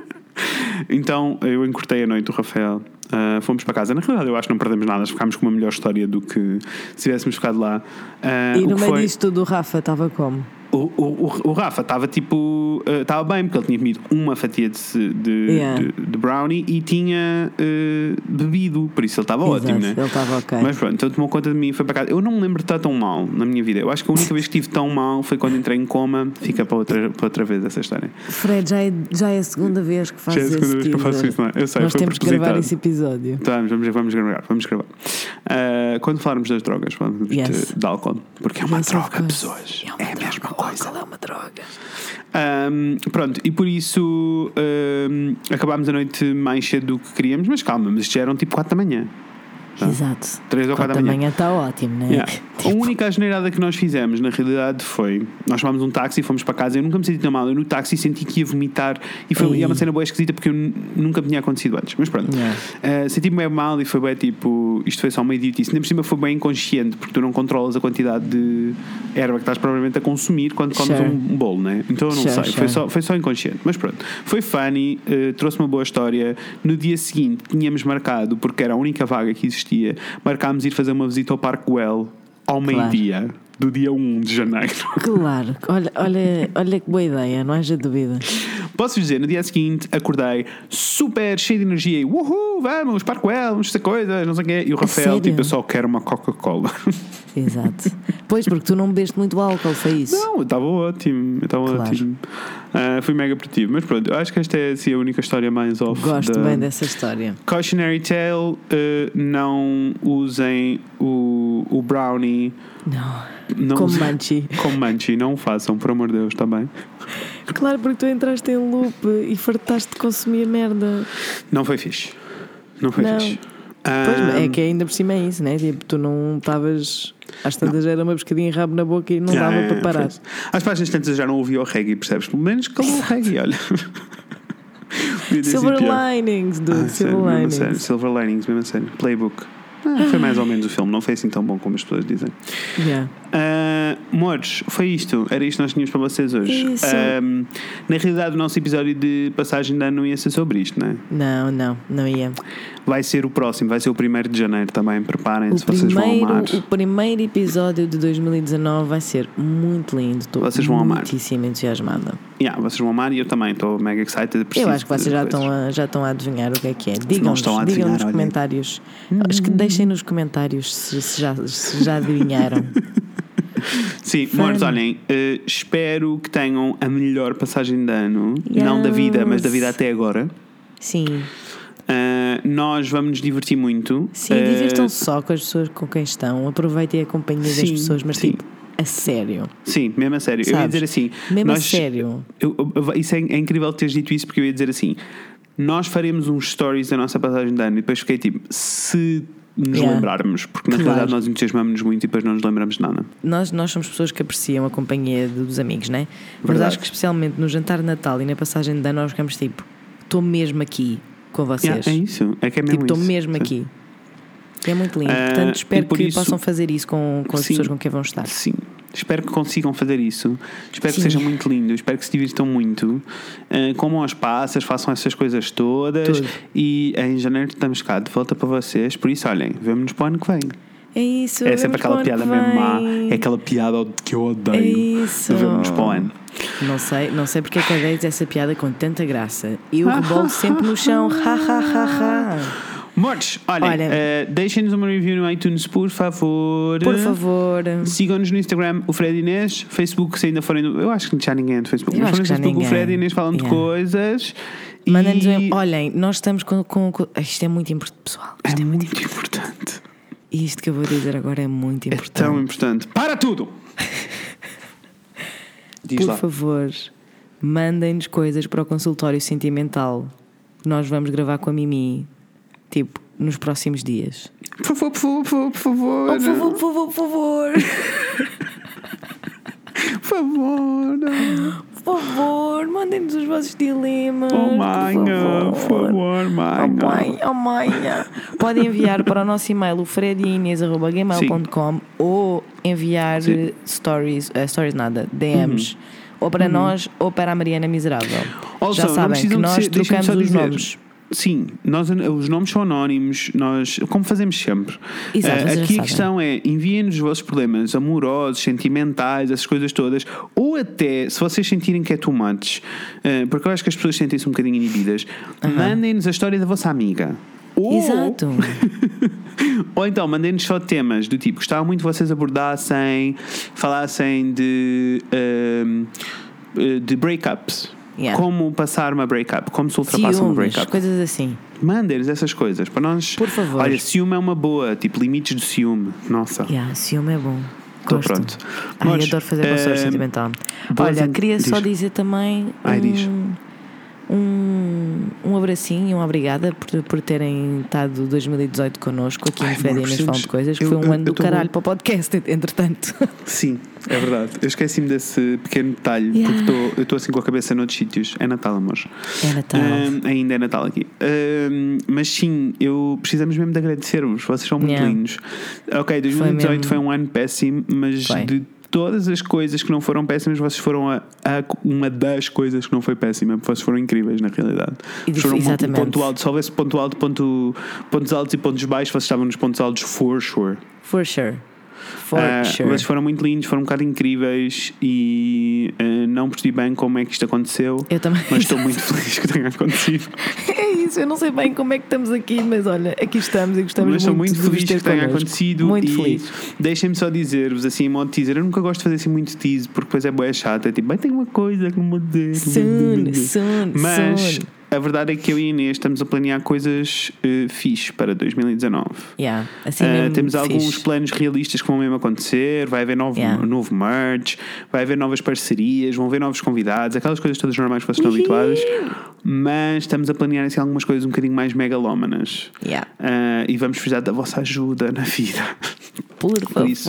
Então eu encurtei a noite do Rafael. Uh, fomos para casa. Na realidade, eu acho que não perdemos nada. Ficámos com uma melhor história do que se tivéssemos ficado lá. Uh, e no meio foi... disto tudo, o Rafa estava como? O, o, o Rafa estava tipo estava uh, bem porque ele tinha comido uma fatia de, de, yeah. de, de brownie e tinha uh, bebido, por isso ele estava ótimo, né? Ele estava ok. Mas pronto, então tomou conta de mim e foi para casa. Eu não me lembro de estar tão mal na minha vida. Eu acho que a única vez que estive tão mal foi quando entrei em coma. Fica para outra, para outra vez essa história. Fred, já é, já é a segunda vez que fazes já é a segunda vez que eu faço isso, não é? Eu sei, nós temos que gravar esse episódio. Tá, vamos, vamos gravar, vamos gravar. Uh, quando falarmos das drogas, falamos yes. de, de álcool, porque é uma yes, droga, pessoas. É, uma é a droga, mesma coisa. É uma droga. Um, pronto, e por isso um, acabámos a noite mais cedo do que queríamos, mas calma, mas já eram tipo quatro da manhã. Tá? Exato. três ou quatro da manhã está ótimo, né? Yeah. Tipo... A única asneirada que nós fizemos, na realidade, foi nós chamámos um táxi e fomos para casa. Eu nunca me senti tão mal. Eu no táxi senti que ia vomitar e foi e é uma cena boa esquisita porque eu n- nunca me tinha acontecido antes. Mas pronto, yeah. uh, senti-me bem mal e foi bem tipo, isto foi só uma idiotice. Nem por cima foi bem inconsciente porque tu não controlas a quantidade de erva que estás provavelmente a consumir quando comes sure. um, um bolo, né? Então eu não sure, sei, sure. Foi, só, foi só inconsciente. Mas pronto, foi funny, uh, trouxe uma boa história. No dia seguinte tínhamos marcado, porque era a única vaga que existia, marcámos ir fazer uma visita ao Parque Güell ao claro. meio-dia do dia um de janeiro. Claro, olha, olha, olha que boa ideia, não haja dúvida. Posso dizer, no dia seguinte acordei super cheio de energia e uhul, vamos, Parque Güell, vamos fazer coisas, não sei o quê. E o Rafael, tipo, eu só quero uma Coca-Cola. Exato. Pois, porque tu não bebeste muito álcool, foi isso? Não, eu estava ótimo, eu estava claro. ótimo. Uh, fui mega produtivo, mas pronto, eu acho que esta é assim, a única história mais off. Gosto da... bem dessa história. Cautionary tale, uh, não usem o, o brownie. Não. Não como usem, manchi. Como manchi, não o façam, por amor de Deus, está bem? Claro, porque tu entraste em loop e fartaste de consumir merda. Não foi fixe. Não foi não. fixe. Pois, um, é que ainda por cima é isso, né? Tipo, tu não estavas. Às tantas era uma pescadinha rabo na boca e não yeah, dava yeah, para parar. Às páginas tantas já não ouvia o reggae, percebes? Pelo menos calou o reggae, olha. Silver linings, dude. Ah, silver sério, linings. Sério, silver linings, mesmo a sério. Playbook. Ah, foi mais ou menos o filme, não foi assim tão bom como as pessoas dizem. Yeah. Uh, Mores, foi isto. Era isto que nós tínhamos para vocês hoje. Uh, na realidade, o nosso episódio de passagem de ano não ia ser sobre isto, não é? Não, não, não ia. Vai ser o próximo, vai ser o primeiro de janeiro também. Preparem-se, o vocês primeiro, vão amar. O primeiro episódio de dois mil e dezanove vai ser muito lindo. Estou vocês vão amar. muitíssimo entusiasmada. Yeah, vocês vão amar e eu também estou mega excited. Eu acho que vocês já estão, a, já estão a adivinhar o que é que é. Digam-nos, digam nos comentários. Hum. Acho que deixem nos comentários se, se, já, se já adivinharam. Sim, amores, olhem, uh, espero que tenham a melhor passagem de ano. Yes. Não da vida, mas da vida até agora. Sim. Uh, nós vamos nos divertir muito. Sim, uh, divirtam-se só com as pessoas com quem estão. Aproveitem a companhia sim, das pessoas, mas sim. tipo, a sério. Sim, mesmo a sério. Sabes? Eu ia dizer assim. Mesmo nós, a sério. Eu, eu, isso é, é incrível teres dito isso, porque eu ia dizer assim: nós faremos uns stories da nossa passagem de ano e depois fiquei tipo, se nos yeah. lembrarmos, porque na claro. realidade nós entusiasmamos-nos muito e depois não nos lembramos de nada. Nós, nós somos pessoas que apreciam a companhia dos amigos, não é? Mas acho que especialmente no jantar de Natal e na passagem de ano nós ficamos tipo, estou mesmo aqui com vocês. Yeah, é isso, é que é mesmo tipo, estou isso. mesmo Sim. aqui. É muito lindo. Uh, Portanto, espero que isso, possam fazer isso com, com as sim, pessoas com quem vão estar. Sim. Espero que consigam fazer isso. Espero sim. que seja muito lindo. Espero que se divirtam muito. Uh, comam as passas, façam essas coisas todas. Tudo. E em janeiro estamos cá de volta para vocês. Por isso, olhem, vemo-nos para o ano que vem. É isso. É sempre aquela piada mesmo má. É aquela piada que eu odeio. É isso. Vemo-nos para o ano. Não sei, não sei porque é que eu dei essa piada com tanta graça. Eu rebolo sempre no chão. Ha, ha, ha, ha. Mortes, olhem, Olha, uh, deixem-nos uma review no iTunes, por favor. Por favor. Sigam-nos no Instagram, o Fred e Inês. Facebook, se ainda forem. Do, eu acho que já ninguém é do Facebook. Eu mas acho no Facebook, ninguém. o Fred e Inês falam yeah. de coisas. Mandem-nos. E... Olhem, nós estamos com, com, com. Isto é muito importante, pessoal. Isto é, é muito importante. importante. E isto que eu vou dizer agora é muito importante. É tão importante. Para tudo! Diz por lá. favor, mandem-nos coisas para o consultório sentimental. Nós vamos gravar com a Mimi. Tipo, nos próximos dias. Por favor, por favor, por favor. Oh, por favor, por favor, por favor. Por favor. Por favor, mandem-nos os vossos dilemas. Oh, mãe, por favor, por favor mãe. Oh, mãe, oh, mãe. Podem enviar para o nosso e-mail o fred e inês arroba gmail ponto com ou enviar Sim. stories, uh, stories nada, D Ms, uhum. ou para uhum. nós ou para a Mariana Miserável. Also, Já sabem que nós ser, trocamos os dizer. nomes. Sim, nós, os nomes são anónimos, nós, como fazemos sempre. Exato, uh, aqui a questão é, enviem-nos os vossos problemas amorosos, sentimentais, essas coisas todas, ou até, se vocês sentirem que é too much, uh, porque eu acho que as pessoas sentem-se um bocadinho inibidas, uh-huh. mandem-nos a história da vossa amiga. Ou, Exato. ou então mandem-nos só temas do tipo, gostava muito que vocês abordassem, falassem de, uh, de breakups. Yeah. Como passar uma break-up, como se ultrapassa uma break-up, coisas assim. Mandem-nos essas coisas para nós. Por favor. Olha, ciúme é uma boa, tipo limites do ciúme. Nossa. Yeah, ciúme é bom. Estou pronto. Ai, Mas, adoro fazer consulta uh, sentimental. Olha, queria diz. só dizer também Ai, diz. um, um abracinho e uma obrigada por, por terem estado dois mil e dezoito connosco aqui em Fred e Inês Falam de Coisas, que eu, foi um eu, ano eu do caralho bom. Para o podcast, entretanto. Sim, é verdade. Eu esqueci-me desse pequeno detalhe, yeah. porque tô, eu estou assim com a cabeça noutros sítios. É Natal, amor. É Natal. Um, ainda é Natal aqui. Um, mas sim, eu precisamos mesmo de agradecer-vos. Vocês são muito yeah. lindos. Ok, dois mil e dezoito foi, foi um ano péssimo, mas foi. de todas as coisas que não foram péssimas, vocês foram a, a uma das coisas que não foi péssima. Vocês foram incríveis, na realidade. Vocês foram um ponto alto. Se houvesse ponto alto, ponto, pontos altos e pontos baixos, vocês estavam nos pontos altos, for sure. For sure. For uh, sure. Vocês foram muito lindos, foram um bocado incríveis e uh, não percebi bem como é que isto aconteceu. Eu também. Mas estou muito feliz que tenha acontecido. É isso, eu não sei bem como é que estamos aqui, mas olha, aqui estamos e gostamos mas muito, muito de feliz que tenha connosco. acontecido. Muito e feliz. Deixem-me só dizer-vos assim, em modo teaser, eu nunca gosto de fazer assim muito teaser porque depois é boa chata. É tipo, bem, tem uma coisa que não vou dizer. Soon, soon, mas soon. A verdade é que eu e a Inês estamos a planear coisas uh, fixe para dois mil e dezanove. Yeah, assim uh, temos fixe. Alguns planos realistas que vão mesmo acontecer. Vai haver novo, yeah. novo merch, vai haver novas parcerias, vão haver novos convidados, aquelas coisas todas normais que vocês estão habituados. Mas estamos a planear assim, algumas coisas um bocadinho mais megalómanas. Yeah. Uh, e vamos precisar da vossa ajuda na vida. Por, por favor. isso,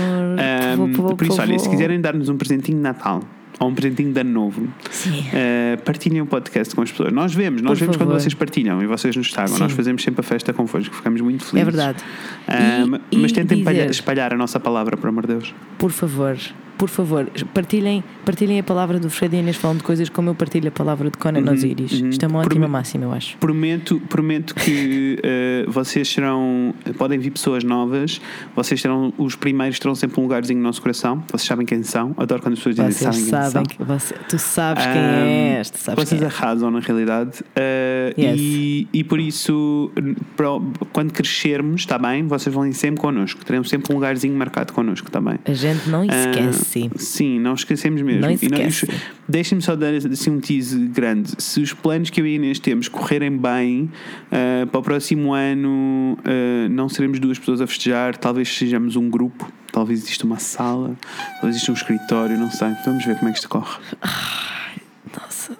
um, por, por, por isso olha, se quiserem dar-nos um presentinho de Natal ou um presentinho de ano novo, uh, partilhem o podcast com as pessoas. Nós vemos, nós Por vemos favor. Quando vocês partilham e vocês nos tagam. Nós fazemos sempre a festa convosco, ficamos muito felizes. É verdade. Uh, e, mas e tentem dizer, espalhar a nossa palavra, por amor de Deus. Por favor, por favor, partilhem, partilhem a palavra do Fred e Inês Falam de Coisas como eu partilho a palavra de Conan uhum, Osiris. Uhum. Isto é uma ótima Promet, máxima, eu acho. Prometo, prometo que uh, vocês serão, podem vir pessoas novas, vocês serão os primeiros, terão sempre um lugarzinho no nosso coração. Vocês sabem quem são. Adoro quando as pessoas dizem vocês sabem, sabem quem são. Que você, tu sabes quem um, és. Tu sabes vocês quem arrasam, na realidade. Uh, yes. e, e por isso, quando crescermos, está bem, vocês vão ir sempre connosco. Teremos sempre um lugarzinho marcado connosco, está bem? A gente não esquece. Uh, sim, não esquecemos mesmo. Não esquece. Deixem-me só dar assim, um tease grande. Se os planos que eu e a Inês temos correrem bem, uh, para o próximo ano uh, não seremos duas pessoas a festejar, talvez sejamos um grupo, talvez exista uma sala, talvez exista um escritório, não sei. Vamos ver como é que isto corre. Ai, nossa.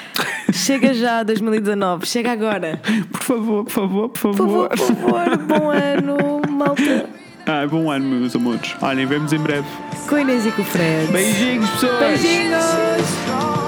Chega já dois mil e dezanove, chega agora. Por favor, por favor, por favor. Por favor, por favor. Bom ano, malta. Ah, bom ano, meus amores. Olhem, vemos em breve. Com a Inês e com o Fred. Beijinhos, pessoas. Beijinhos.